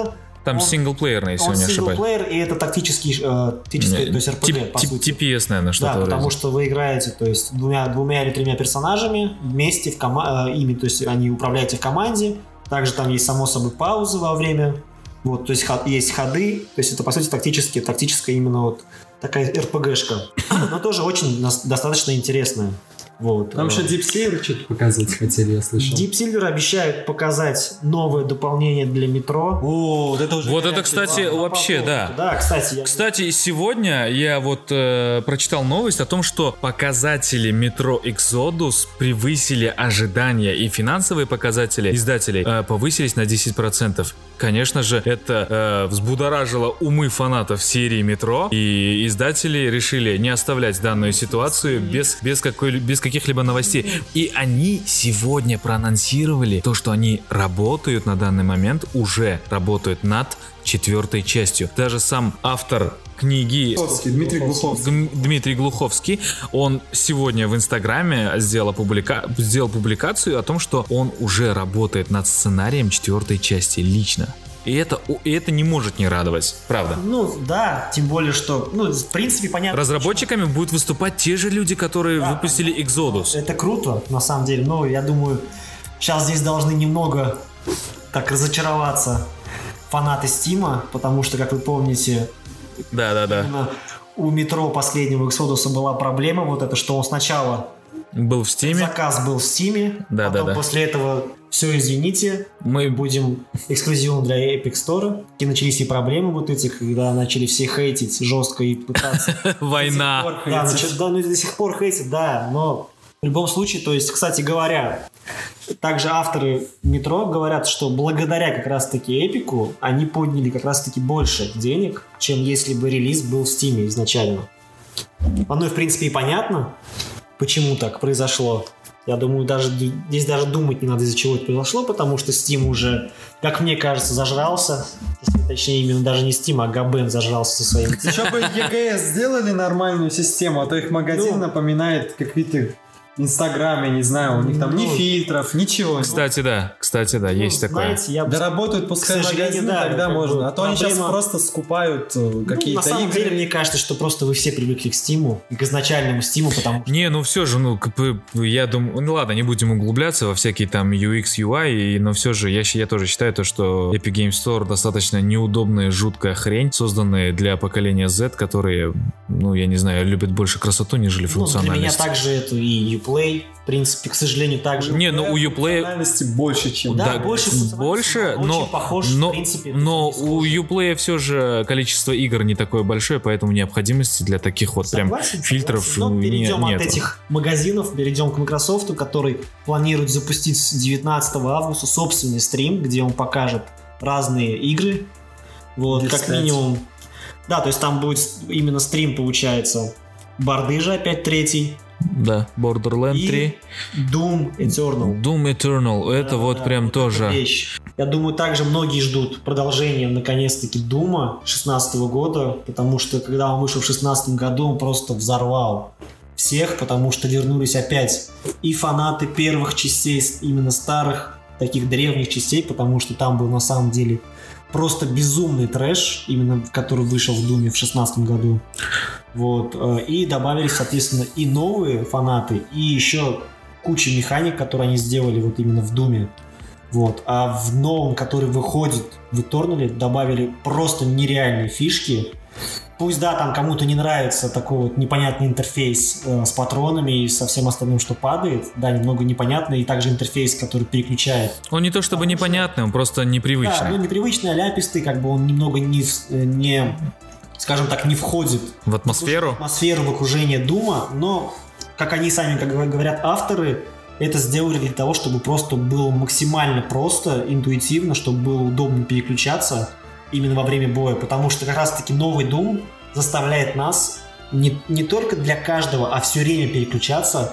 Там Он- синглплеерный, если Он я не ошибаюсь. синглплеер, и это тактический, э, тактическое, то есть эр пи джи, Тип- по тип- сути. ти пи эс, наверное, Да, что-то потому вроде. что вы играете, то есть двумя, двумя или тремя персонажами вместе в кома- э, ими, то есть они управляете в команде. Также там есть само собой паузы во время. Вот, то есть ход- есть ходы, то есть это по сути тактически, тактическая именно вот такая эр пи джи-шка, но тоже очень нас- достаточно интересная. Вот. Там еще Deep Silver что-то показывать хотели, я слышал. Deep Silver обещают показать новое дополнение для метро. О, вот это уже... Вот это, горячая кстати, тема. вообще, да. Да, кстати, я... Кстати, сегодня я вот э, прочитал новость о том, что показатели Metro Exodus превысили ожидания, и финансовые показатели издателей э, повысились на десять процентов. Конечно же, это э, взбудоражило умы фанатов серии Metro, и издатели решили не оставлять данную ситуацию без, без, какой, без каких-либо новостей. И они сегодня проанонсировали то, что они работают на данный момент, уже работают над четвертой частью. Даже сам автор книги Глуховский, Дмитрий Глуховский. Дм- Дмитрий Глуховский, он сегодня в Инстаграме сделал, публика... сделал публикацию о том, что он уже работает над сценарием четвертой части лично. И это, и это не может не радовать, правда. Ну, да, тем более, что, ну, в принципе, понятно. Разработчиками будут выступать те же люди, которые Да. выпустили Exodus. Это круто, на самом деле, но я думаю, сейчас здесь должны немного так разочароваться фанаты Стима, потому что, как вы помните, Да-да-да. именно у метро последнего Exodus была проблема, вот это, что он сначала Был в Стиме. заказ был в Стиме, Да, потом да, да. после этого все, извините, Мы будем эксклюзивом для Epic Store. И начались и проблемы вот эти, когда начали все хейтить жестко и пытаться... Война. Да, нач- да, ну и до сих пор хейтят, да, но в любом случае, то есть, кстати говоря, также авторы Метро говорят, что благодаря как раз-таки Эпику они подняли как раз-таки больше денег, чем если бы релиз был в Стиме изначально. Оно, в принципе, и понятно, почему так произошло. Я думаю, даже здесь даже думать не надо, из-за чего это произошло, потому что Steam уже, как мне кажется, зажрался. Если, точнее, именно даже не Steam, а Габен зажрался со своим. Еще бы и джи эс сделали нормальную систему, а то их магазин Ну. напоминает какие-то Инстаграме, не знаю, у них там ни Ну. фильтров, ничего. Кстати, да. Кстати, да, есть Ну, такое. знаете, я бы Да работают пускай К сожалению, магазины, да, тогда как можно. бы А то они сейчас проблема- просто скупают э, Ну, какие-то на самом игры. деле, мне кажется, что просто вы все привыкли к Стиму, к изначальному Стиму, потому что... Не, ну все же, ну, как бы, я думаю, ну ладно, не будем углубляться во всякие там ю экс, ю ай, и- но все же, я, щ- я тоже считаю то, что Epic Games Store достаточно неудобная, жуткая хрень, созданная для поколения Z, которые, ну, я не знаю, любят больше красоту, нежели Ну, для меня функциональность. также это и Uplay, в принципе, к сожалению, также. Не, ну у Uplay... Функциональности больше, чем... Да, Да, больше функциональности, больше, но но, очень похож, но, в принципе, но это не у схоже. Uplay все же количество игр не такое большое, поэтому необходимости для таких вот прям Согласен, фильтров согласен. Но ну, не- перейдем от нету. этих магазинов, перейдем к Microsoft, который планирует запустить с девятнадцатого августа собственный стрим, где он покажет разные игры. Вот, как Дескать. минимум. Да, то есть там будет именно стрим, получается, Бардыжа опять третий. Да, Borderlands И три, Doom Eternal. Doom Eternal, это Да, вот да, прям вот тоже... эта вещь. Я думаю, также многие ждут продолжения, наконец-таки, Дума шестнадцатого года, потому что, когда он вышел в шестнадцатом году, он просто взорвал всех, потому что вернулись опять и фанаты первых частей, именно старых, таких древних частей, потому что там был на самом деле просто безумный трэш, именно который вышел в Думе в шестнадцатом году. Вот. э, И добавились, соответственно, и новые фанаты, и еще куча механик, которые они сделали вот именно в Думе. Вот. А в новом, который выходит в Eternal, добавили просто нереальные фишки. Пусть, да, там кому-то не нравится такой вот непонятный интерфейс э, с патронами и со всем остальным, что падает. Да, немного непонятный. И также интерфейс, который переключает. Он не то чтобы непонятный, он просто Да, непривычный. ну непривычный, аляпистый, как бы он немного не, в- э, не скажем так, не входит В атмосферу. в атмосферу, в окружение Дума, но, как они сами как говорят, авторы, это сделали для того, чтобы просто было максимально просто, интуитивно, чтобы было удобно переключаться именно во время боя, потому что как раз-таки новый Doom заставляет нас не, не только для каждого, а все время переключаться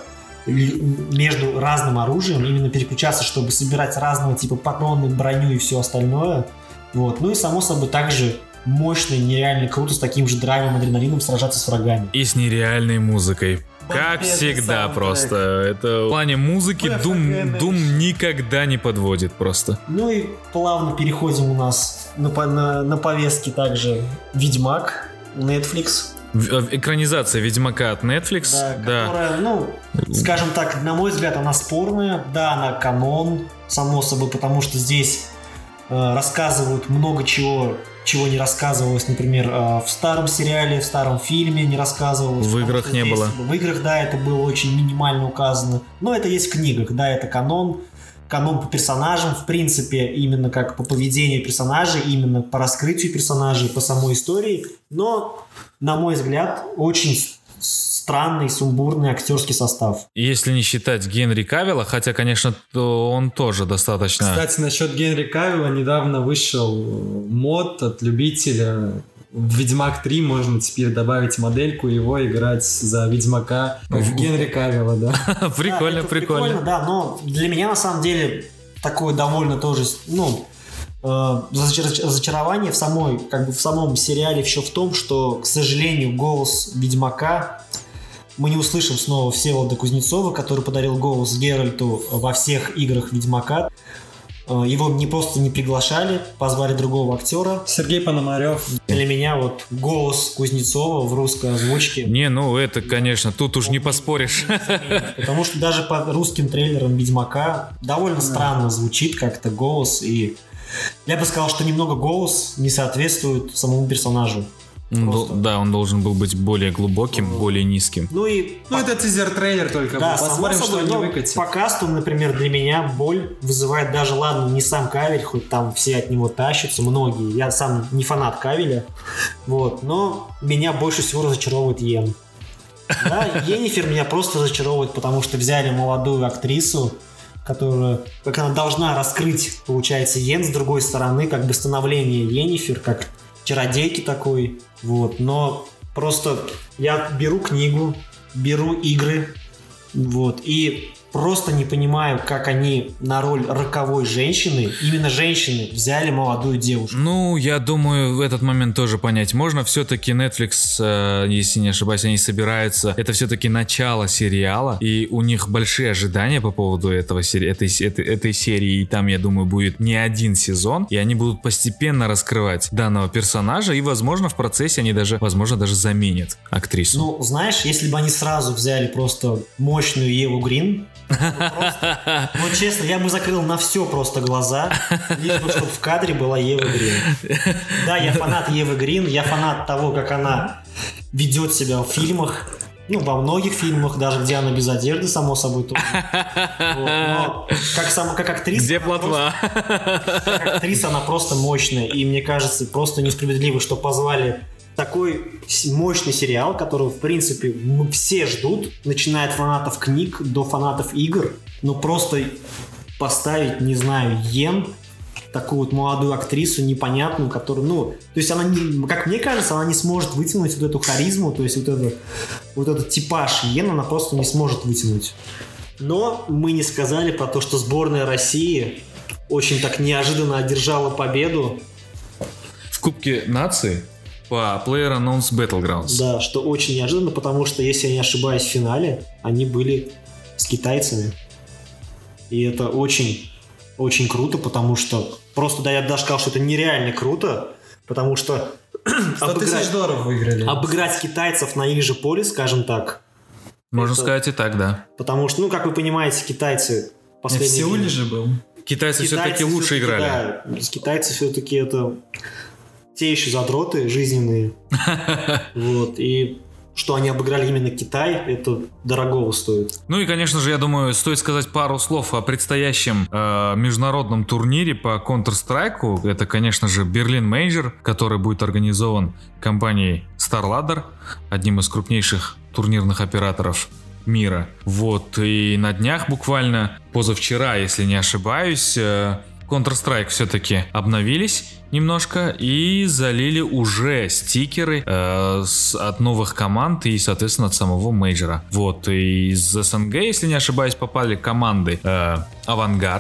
л- между разным оружием, именно переключаться, чтобы собирать разного типа патроны, броню и все остальное. Вот. Ну и само собой также мощно и нереально круто с таким же драйвом, адреналином сражаться с врагами. И с нереальной музыкой. Как Бомбезный всегда саундтрек. просто. Это в плане музыки бэ эф Doom, гэ Nation. Doom никогда не подводит просто. Ну и плавно переходим у нас на, по- на, на повестке также Ведьмак, Netflix. В- Экранизация Ведьмака от Netflix. Да, Да. которая, ну, скажем так, на мой взгляд, она спорная. Да, она канон, само собой, потому что здесь э, рассказывают много чего, чего не рассказывалось, например, э, в старом сериале, в старом фильме не рассказывалось. В потому играх что не здесь- было. В играх, да, это было очень минимально указано. Но это есть в книгах, да, это канон. Канон по персонажам, в принципе, именно как по поведению персонажей, именно по раскрытию персонажей, по самой истории. Но, на мой взгляд, очень с- странный, сумбурный актерский состав. Если не считать Генри Кавилла, хотя, конечно, то он тоже достаточно... Кстати, насчет Генри Кавилла недавно вышел мод от любителя. В Ведьмак три можно теперь добавить модельку и его играть за Ведьмака как Генри Кавилла, да. Прикольно, Да, это прикольно. Да, но для меня, на самом деле, такое довольно тоже, ну, э, разочар- разочарование в самой, как бы в самом сериале еще в том, что, к сожалению, голос Ведьмака мы не услышим снова Всеволода Кузнецова, который подарил голос Геральту во всех играх Ведьмака. Э, Его не просто не приглашали, позвали другого актера. Сергей Пономарев. Для меня вот голос Кузнецова в русской озвучке. Не, ну это, конечно, тут уж не поспоришь. Потому что даже по русским трейлерам Ведьмака довольно странно звучит как-то голос. И я бы сказал, что немного голос не соответствует самому персонажу. Ну, Просто. да, он должен был быть более глубоким, более низким. Ну и Ну, это тизер-трейлер только. да, был. само Посмотрим, что собой, они но выкатят. по касту, например, для меня боль вызывает даже, ладно, не сам Кавель, хоть там все от него тащатся, многие. Я сам не фанат Кавеля, вот, но меня больше всего разочаровывает Йен. Да, Йеннифер меня просто разочаровывает, потому что взяли молодую актрису, которая, как она должна раскрыть, получается, Йен с другой стороны, как бы становление Йеннифер, как чародейки такой, вот, но просто я беру книгу, беру игры, вот, и просто не понимаю, как они на роль роковой женщины, именно женщины, взяли молодую девушку. Ну, я думаю, в этот момент тоже понять можно. Все-таки Netflix, э, если не ошибаюсь, они собираются... Это все-таки начало сериала, и у них большие ожидания по поводу этого сери... этой, этой, этой серии. И там, я думаю, будет не один сезон, и они будут постепенно раскрывать данного персонажа, и, возможно, в процессе они даже, возможно, даже заменят актрису. Ну, знаешь, если бы они сразу взяли просто мощную Еву Грин, просто, вот честно, я бы закрыл на все просто глаза, лишь бы, чтобы в кадре была Ева Грин. Да, я фанат Евы Грин, я фанат того, как она ведет себя в фильмах, ну, во многих фильмах, даже где она без одежды, само собой, тоже. Вот, но как, сам, как актриса... Где она плотва? просто- как актриса она просто мощная, и мне кажется, просто несправедливо, что позвали такой с- мощный сериал, которого, в принципе, мы все ждут, начиная от фанатов книг до фанатов игр, но просто поставить, не знаю, Йен, такую вот молодую актрису непонятную, которую, ну, то есть она, не, как мне кажется, она не сможет вытянуть вот эту харизму, то есть вот, это, вот этот типаж Йен она просто не сможет вытянуть. Но мы не сказали про то, что сборная России очень так неожиданно одержала победу. В Кубке нации по PlayerUnknown's Battlegrounds. Да, что очень неожиданно, потому что, если я не ошибаюсь, в финале они были с китайцами. И это очень, очень круто, потому что... Просто, да, я даже сказал, что это нереально круто, потому что... сто тысяч долларов выиграли. Обыграть китайцев на их же поле, скажем так, Можно это- сказать и так, да. потому что, ну, как вы понимаете, китайцы... В последнее Сеуле время- же был. Китайцы, все-таки лучше всё-таки, играли. Да, китайцы все-таки это те еще задроты жизненные. Вот, и что они обыграли именно Китай, это дорогого стоит. Ну и, конечно же, я думаю, стоит сказать пару слов о предстоящем э, международном турнире по Counter-Strike. Это, конечно же, Berlin Major, который будет организован компанией StarLadder, одним из крупнейших турнирных операторов мира. Вот, и на днях буквально, позавчера, если не ошибаюсь, э, Counter-Strike все-таки обновились немножко и залили уже стикеры э, с, от новых команд и, соответственно, от самого мейджора. Вот, и из СНГ, если не ошибаюсь, попали команды э, Авангар,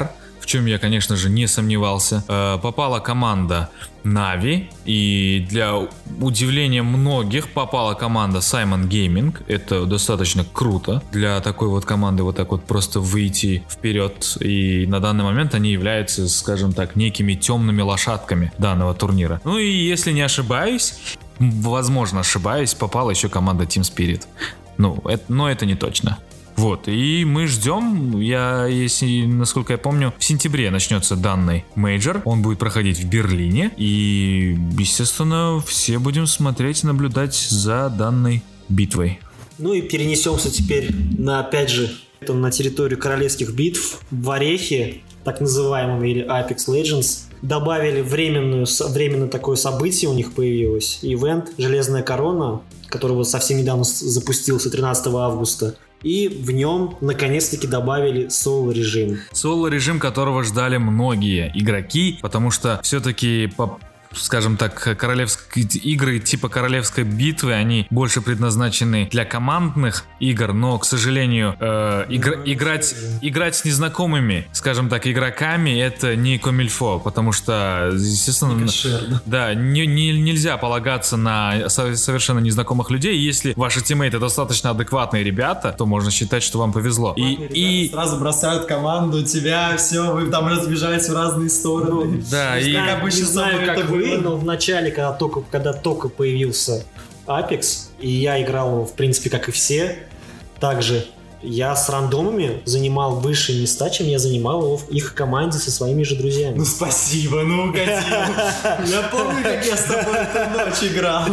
в чем я, конечно же, не сомневался. Э, попала команда Na'Vi, и для удивления многих попала команда Simon Gaming. Это достаточно круто для такой вот команды вот так вот просто выйти вперед. И на данный момент они являются, скажем так, некими темными лошадками данного турнира. Ну и если не ошибаюсь, возможно ошибаюсь, попала еще команда Team Spirit. Ну, это, но это не точно. Вот, и мы ждем, я, если, насколько я помню, в сентябре начнется данный мейджор, он будет проходить в Берлине, и, естественно, все будем смотреть, наблюдать за данной битвой. Ну и перенесемся теперь на, опять же, на территорию королевских битв в Орехе, так называемом, или Apex Legends. Добавили временную, временно такое событие у них появилось, ивент «Железная корона», который вот совсем недавно запустился тринадцатого августа. И в нем наконец-таки добавили соло-режим. Соло-режим, которого ждали многие игроки, потому что все-таки по... скажем так, королевские игры типа королевской битвы, они больше предназначены для командных игр, но, к сожалению, э, игр, играть, играть с незнакомыми, скажем так, игроками это не комильфо, потому что, естественно, Кошерно. да, не, не, нельзя полагаться на совершенно незнакомых людей. Если ваши тиммейты достаточно адекватные ребята, то можно считать, что вам повезло. И, и сразу бросают команду, тебя, все, вы там разбежаетесь в разные стороны. Ну, да, не и знаю, обычно не знаю, самое как такое. вы, но в начале, когда только, когда только появился Apex, и я играл его, в принципе, как и все, также я с рандомами занимал высшие места, чем я занимал его в их команде со своими же друзьями. Ну спасибо, ну угодил. Я помню, как я с тобой эту ночь играл.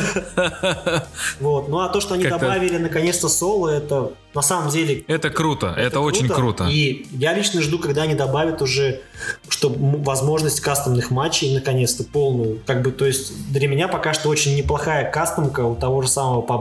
Вот. Ну а то, что они Как-то- добавили наконец-то соло, это на самом деле это круто, это, очень круто. И я лично жду, когда они добавят уже, чтобы м- возможность кастомных матчей наконец-то полную. Как бы, то есть для меня пока что очень неплохая кастомка у того же самого пабг.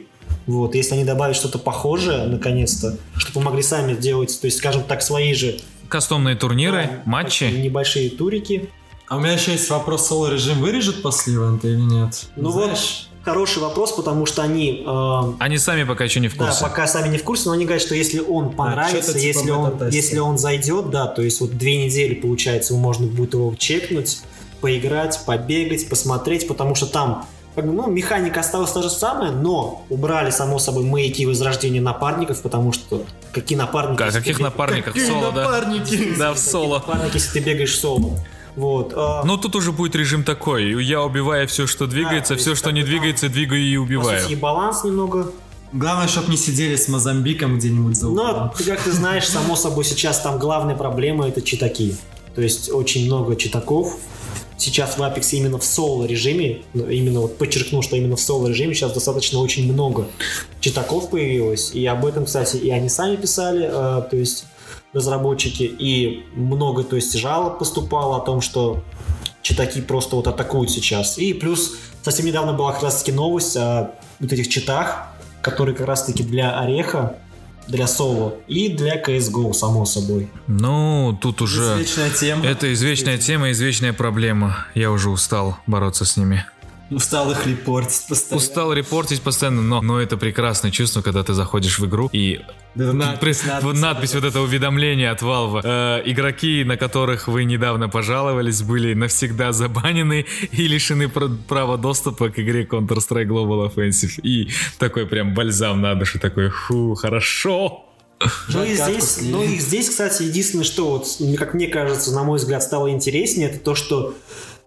Вот, если они добавят что-то похожее, наконец-то, чтобы мы могли сами делать, то есть, скажем так, свои же Кастомные турниры, да, матчи. небольшие турики. А у меня еще есть вопрос, соло-режим вырежет после ивента или нет? Ну Знаешь? вот, хороший вопрос, потому что они... э, Они сами пока еще не в Да, курсе. пока сами не в курсе, но они говорят, что если он понравится, что-то типа если, он, бета-теста. если он зайдет, да, то есть вот две недели, получается, можно будет его чекнуть, поиграть, побегать, посмотреть, потому что там, как бы, ну, механика осталась та же самая, но убрали, само собой, маяки возрождения напарников, потому что какие напарники... Как- если каких ты бег- напарников? Какие Соло, да? напарники? Да, в какие соло. напарники, если ты бегаешь соло. Вот. а, Ну тут уже будет режим такой. Я убиваю все, что двигается, то все, есть что как не бы там, двигается, двигаю и по убиваю. сути, и баланс немного. Главное, чтобы не сидели с Мозамбиком где-нибудь за углом. Но, ты, как ты знаешь, само собой, сейчас там главная проблема — это читаки. То есть очень много читаков. Сейчас в Apex именно в соло-режиме, ну, именно вот подчеркну, что именно в соло-режиме сейчас достаточно очень много читаков появилось. И об этом, кстати, и они сами писали, э, то есть разработчики. И много, то есть, жалоб поступало о том, что читаки просто вот атакуют сейчас. И плюс совсем недавно была как раз-таки новость о вот этих читах, которые как раз-таки для Ореха, для соло и для си эс го, само собой. Ну, тут уже... Извечная тема. Это извечная тема, извечная проблема. Я уже устал бороться с ними. Устал их репортить постоянно. Устал репортить постоянно, но, но это прекрасное чувство, когда ты заходишь в игру и Да, надпись, При- надпись, вот надпись, вот это уведомление от Valve. Э, игроки, на которых вы недавно пожаловались, были навсегда забанены и лишены пр- права доступа к игре Counter-Strike Global Offensive. И такой прям бальзам на душу, такой, фу, хорошо. Ну и, Жаль, здесь, катку ну и слили. здесь, кстати, единственное, что, вот, как мне кажется, на мой взгляд, стало интереснее, это то, что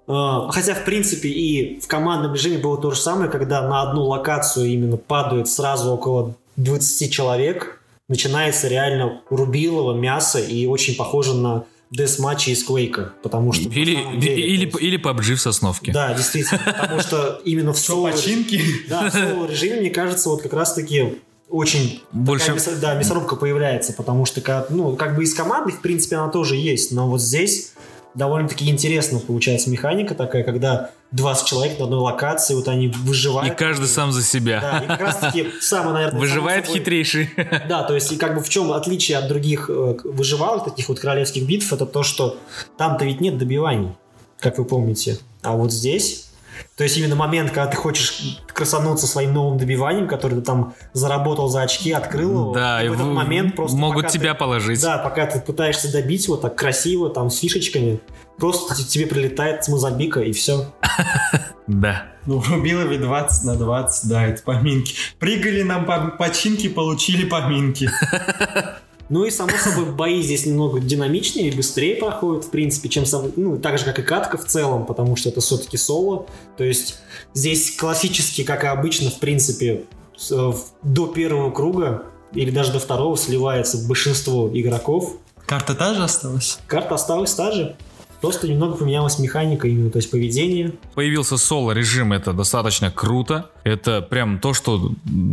э, хотя, в принципе, и в командном режиме было то же самое, когда на одну локацию именно падают сразу около двадцать человек, начинается реально рубилово мясо и очень похоже на дес-матчи из Quake, потому что... Или, на самом деле, или, то есть- или пабг в Сосновке. Да, действительно, потому что именно в соло... Починки? Да, в соло-режиме, мне кажется, вот как раз-таки очень Больше- такая мясо- да, мясорубка появляется, потому что, когда- ну, как бы из команды, в принципе, она тоже есть, но вот здесь довольно-таки интересно получается механика такая, когда двадцать человек на одной локации, вот они И выживают. каждый сам за себя. Да, и как раз-таки самое, наверное... Выживает само собой- хитрейший. Да, то есть, и как бы в чем отличие от других э, выживалок, таких вот королевских битв, это то, что там-то ведь нет добиваний, как вы помните. А вот здесь То есть именно момент, когда ты хочешь красануться своим новым добиванием, который ты там заработал за очки, открыл его. Да, и в этот в- момент просто могут пока тебя ты- положить. Да, пока ты пытаешься добить его так красиво, там, с фишечками, просто т- тебе прилетает с мозабика, и все. Да. Ну, Рубилове двадцать на двадцать, да, это поминки. Прыгали нам по починки, получили поминки. Ну и, само собой, бои здесь немного динамичнее и быстрее проходят, в принципе, чем сам, ну, так же, как и катка в целом, потому что это все-таки соло. То есть здесь классически, как и обычно, в принципе, с- э, в- до первого круга или даже до второго сливается большинство игроков. Карта та же осталась? Карта осталась та же, просто немного поменялась механика, именно, то есть поведение. Появился соло-режим, это достаточно круто. Это прям то, что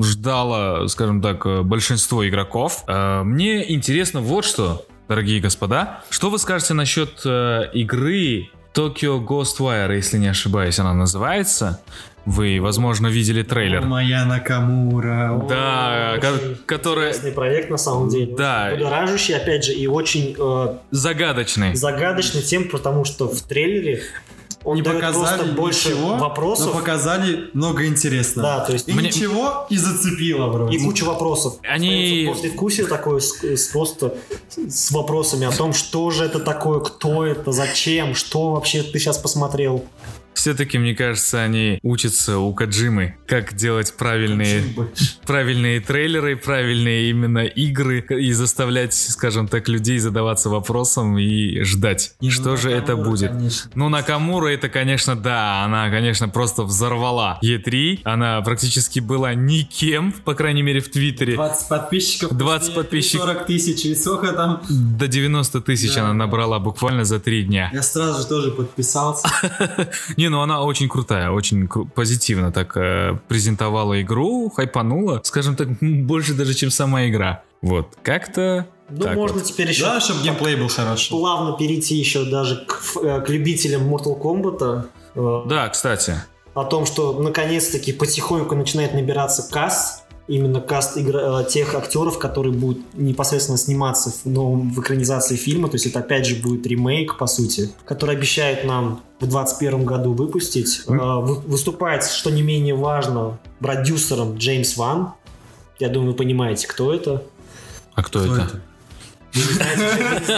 ждало, скажем так, э, большинство игроков. Э, Мне интересно вот что, дорогие господа. Что вы скажете насчет э, игры Tokyo Ghostwire, если не ошибаюсь, она называется? Вы, возможно, видели О, трейлер. моя Накамура. о. Да, ко- Очень которая интересный проект, на самом деле. Да. Очень будоражащий, опять же, и очень э, загадочный. загадочный тем, потому что в трейлере он Не дает показали просто больше ничего, вопросов. но показали много интересного. Да, то есть И Мне- ничего, и зацепило вроде. и куча вопросов. Они- Остается послевкусие такое с, с просто с вопросами о том, что же это такое, кто это, зачем, что вообще ты сейчас посмотрел. Все-таки, мне кажется, они учатся у Коджимы, как делать правильные, правильные трейлеры, правильные именно игры и заставлять, скажем так, людей задаваться вопросом и ждать, Не, ну, что же это Накамура, будет. конечно. Ну, Накамура это, конечно, да, она, конечно, просто взорвала и три, она практически была никем, по крайней мере, в Твиттере. двадцать подписчиков. двадцать подписчиков. сорок тысяч. И сколько там? До девяносто тысяч Да. она набрала буквально за три дня. Я сразу же тоже подписался. Не, ну она очень крутая, очень кру- позитивно так э, презентовала игру, хайпанула, скажем так, м, больше даже, чем сама игра. Вот, как-то Ну, так можно вот. теперь еще Да, чтобы геймплей был хороший. плавно перейти еще даже к, ф- э, к любителям Mortal Kombat. э, Да, кстати. О том, что наконец-таки потихоньку начинает набираться каст, именно каст игр- э, тех актеров, которые будут непосредственно сниматься в новом в экранизации фильма, то есть это опять же будет ремейк, по сути, который обещает нам в двадцать первом году выпустить. Э, вы- выступает, что не менее важно, продюсером Джеймс Ван. Я думаю, вы понимаете, кто это. А кто, Кто это? это? Вы не знаете, вы не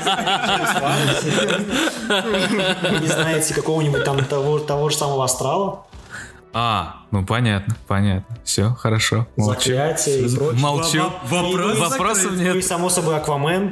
знаете, вы не знаете какого-нибудь там того, того же самого Астрала, А, ну понятно, понятно. Все, хорошо. Молчу. Заклятие и прочее. Молчу. Вопрос И- Вопросов закрыт. нет. Ну и, само собой, Аквамен.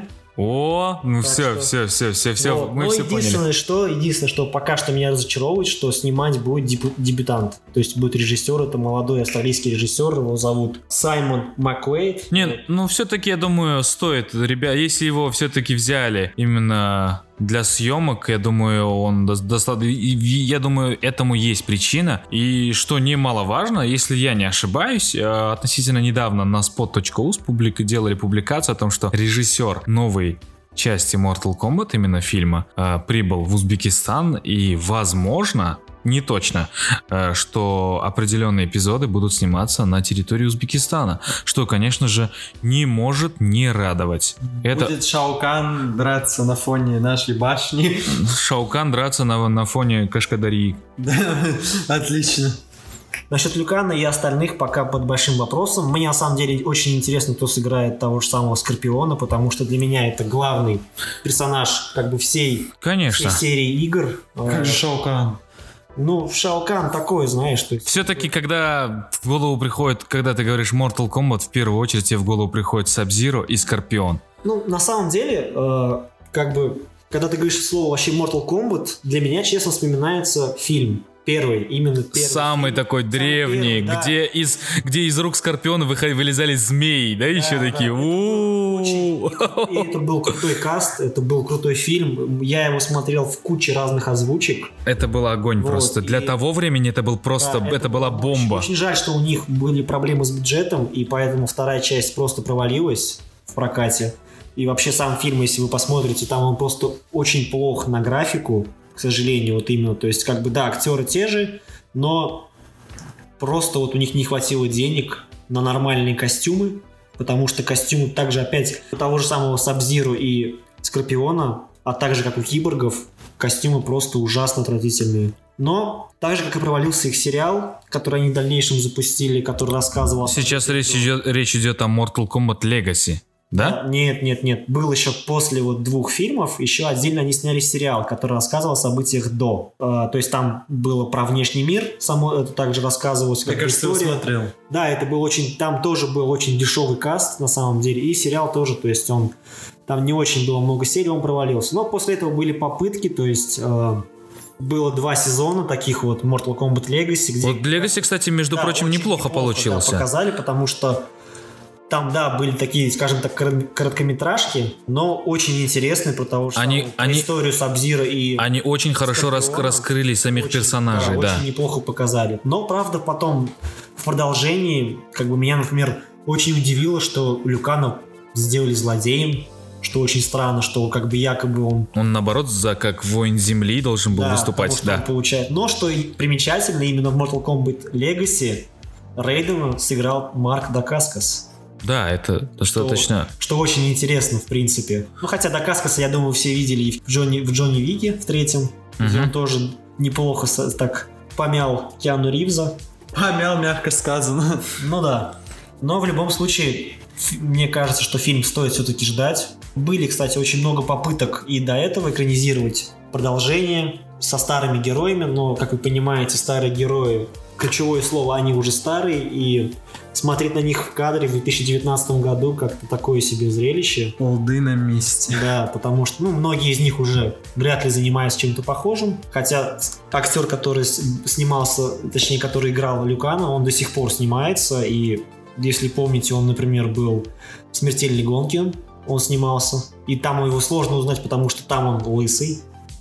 О, ну Так все, что- все, все, все, все, Вот. мы Но все поняли. единственное, что, единственное, что пока что меня разочаровывает, что снимать будет дебю- дебютант. То есть будет режиссер, это молодой австралийский режиссер, его зовут Саймон Маккуэйд. Не, ну все-таки, я думаю, стоит, ребят, если его все-таки взяли именно для съемок, я думаю, он достаточно, я думаю, этому есть причина. И что немаловажно, если я не ошибаюсь, э, относительно недавно на спот точка ус публик делали публикацию о том, что режиссер новой части Mortal Kombat, именно фильма, э, прибыл в Узбекистан, и, возможно, не точно, э, что определенные эпизоды будут сниматься на территории Узбекистана, что, конечно же, не может не радовать. Это Будет Шаукан драться на фоне нашей башни. Шаукан драться на, на фоне Кашкадарьи. Да, отлично. Насчет Люкана и остальных пока под большим вопросом. Мне на самом деле очень интересно, кто сыграет того же самого Скорпиона, потому что для меня это главный персонаж как бы всей, Конечно. всей серии игр. Как Э, же Шаукан? Ну, Шаукан такой, знаешь, то есть... Все-таки, когда в голову приходит, когда ты говоришь Mortal Kombat, в первую очередь тебе в голову приходит Саб-Зиро и Скорпион. Ну, на самом деле, э, как бы, когда ты говоришь слово вообще Mortal Kombat, для меня, честно, вспоминается фильм. Первый, именно первый. Самый фильм. такой Самый древний, первый, да. где, из, где из рук Скорпиона выходи- вылезали змеи, да, еще Да, такие. да. «У-у-у». И это был крутой каст, это был крутой фильм. Я его смотрел в куче разных озвучек. Это был огонь Вот, просто. Для и- того времени это был просто, Да, это, была было бомба. Очень, очень жаль, что у них были проблемы с бюджетом, и поэтому вторая часть просто провалилась в прокате. И вообще сам фильм, если вы посмотрите, там он просто очень плох на графику, к сожалению, вот именно. То есть, как бы, да, актеры те же, но просто вот у них не хватило денег на нормальные костюмы, потому что костюмы также опять у того же самого Саб-Зиро и Скорпиона, а также как у киборгов, костюмы просто ужасно отвратительные. Но так же, как и провалился их сериал, который они в дальнейшем запустили, который рассказывал... Сейчас речь идет, речь идет о Mortal Kombat Legacy, да? Нет, нет, нет. Был еще после вот двух фильмов, еще отдельно они сняли сериал, который рассказывал о событиях до. А, то есть там было про внешний мир, само это также рассказывалось. Как кажется, я смотрел. Да, это был очень... Там тоже был очень дешевый каст, на самом деле. И сериал тоже, то есть он... Там не очень было много серий, он провалился. Но после этого были попытки, то есть... Э, было два сезона таких вот Mortal Kombat Legacy. Где... Вот Legacy, кстати, между да, прочим, неплохо, неплохо получился. Да, показали, потому что там, да, были такие, скажем так, короткометражки, но очень интересные, потому что они, они, историю Саб-Зиро и... Они очень хорошо рас, раскрыли самих очень, персонажей, да, да. очень неплохо показали. Но, правда, потом в продолжении, как бы меня, например, очень удивило, что Люкана сделали злодеем, что очень странно, что как бы якобы он... Он, наоборот, за как воин земли должен был да, выступать, потому, что да. Он получает. Но, что примечательно, именно в Mortal Kombat Legacy Рейдена сыграл Марк Дакаскас. Да, это достаточно... Что, что очень интересно, в принципе. Ну, хотя Дакаскаса, я думаю, все видели и в Джонни, в Джонни Вике, в третьем. Uh-huh. Где он тоже неплохо так помял Киану Ривза. Помял, мягко сказано. Ну да. Но в любом случае, мне кажется, что фильм стоит все-таки ждать. Были, кстати, очень много попыток и до этого экранизировать продолжение со старыми героями, но, как вы понимаете, старые герои, ключевое слово, они уже старые, и смотреть на них в кадре в две тысячи девятнадцатом году как-то такое себе зрелище. Олды на месте. Да, потому что ну, многие из них уже вряд ли занимаются чем-то похожим, хотя актер, который снимался, точнее, который играл Люкана, он до сих пор снимается, и если помните, он, например, был в «Смертельной гонке», он снимался, и там его сложно узнать, потому что там он лысый.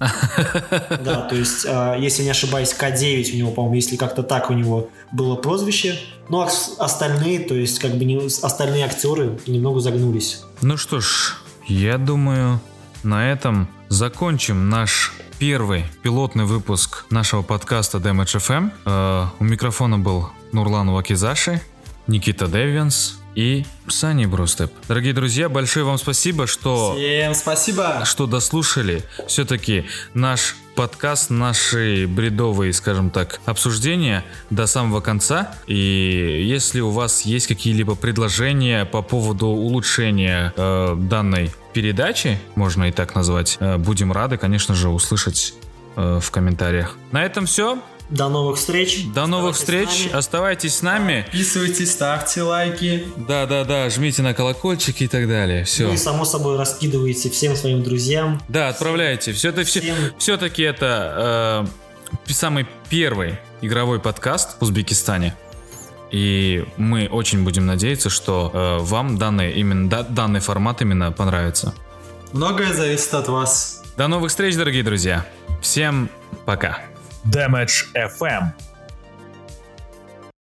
Да, то есть, если не ошибаюсь, К девять у него, по-моему, если как-то так у него было прозвище. Ну, а остальные, то есть, как бы не, остальные актеры немного загнулись. Ну что ж, я думаю, на этом закончим наш первый пилотный выпуск нашего подкаста Damage эф эм. Э, у микрофона был Нурлан Вакизаши, Никита Девианс и Сани Брустеп. Дорогие друзья, большое вам спасибо, что... Всем спасибо! Что дослушали. Все-таки наш подкаст, наши бредовые, скажем так, обсуждения до самого конца. И если у вас есть какие-либо предложения по поводу улучшения э, данной передачи, можно и так назвать, э, будем рады, конечно же, услышать э, в комментариях. На этом все. До новых встреч. До новых встреч. Оставайтесь с нами. Подписывайтесь, ставьте лайки. Да-да-да, жмите на колокольчики и так далее. Все. Ну и само собой раскидывайте всем своим друзьям. Да, отправляйте. Все-таки, всем... все-таки это э, самый первый игровой подкаст в Узбекистане. И мы очень будем надеяться, что э, вам данный, именно, да, данный формат именно понравится. Многое зависит от вас. До новых встреч, дорогие друзья. Всем пока. Damage эф эм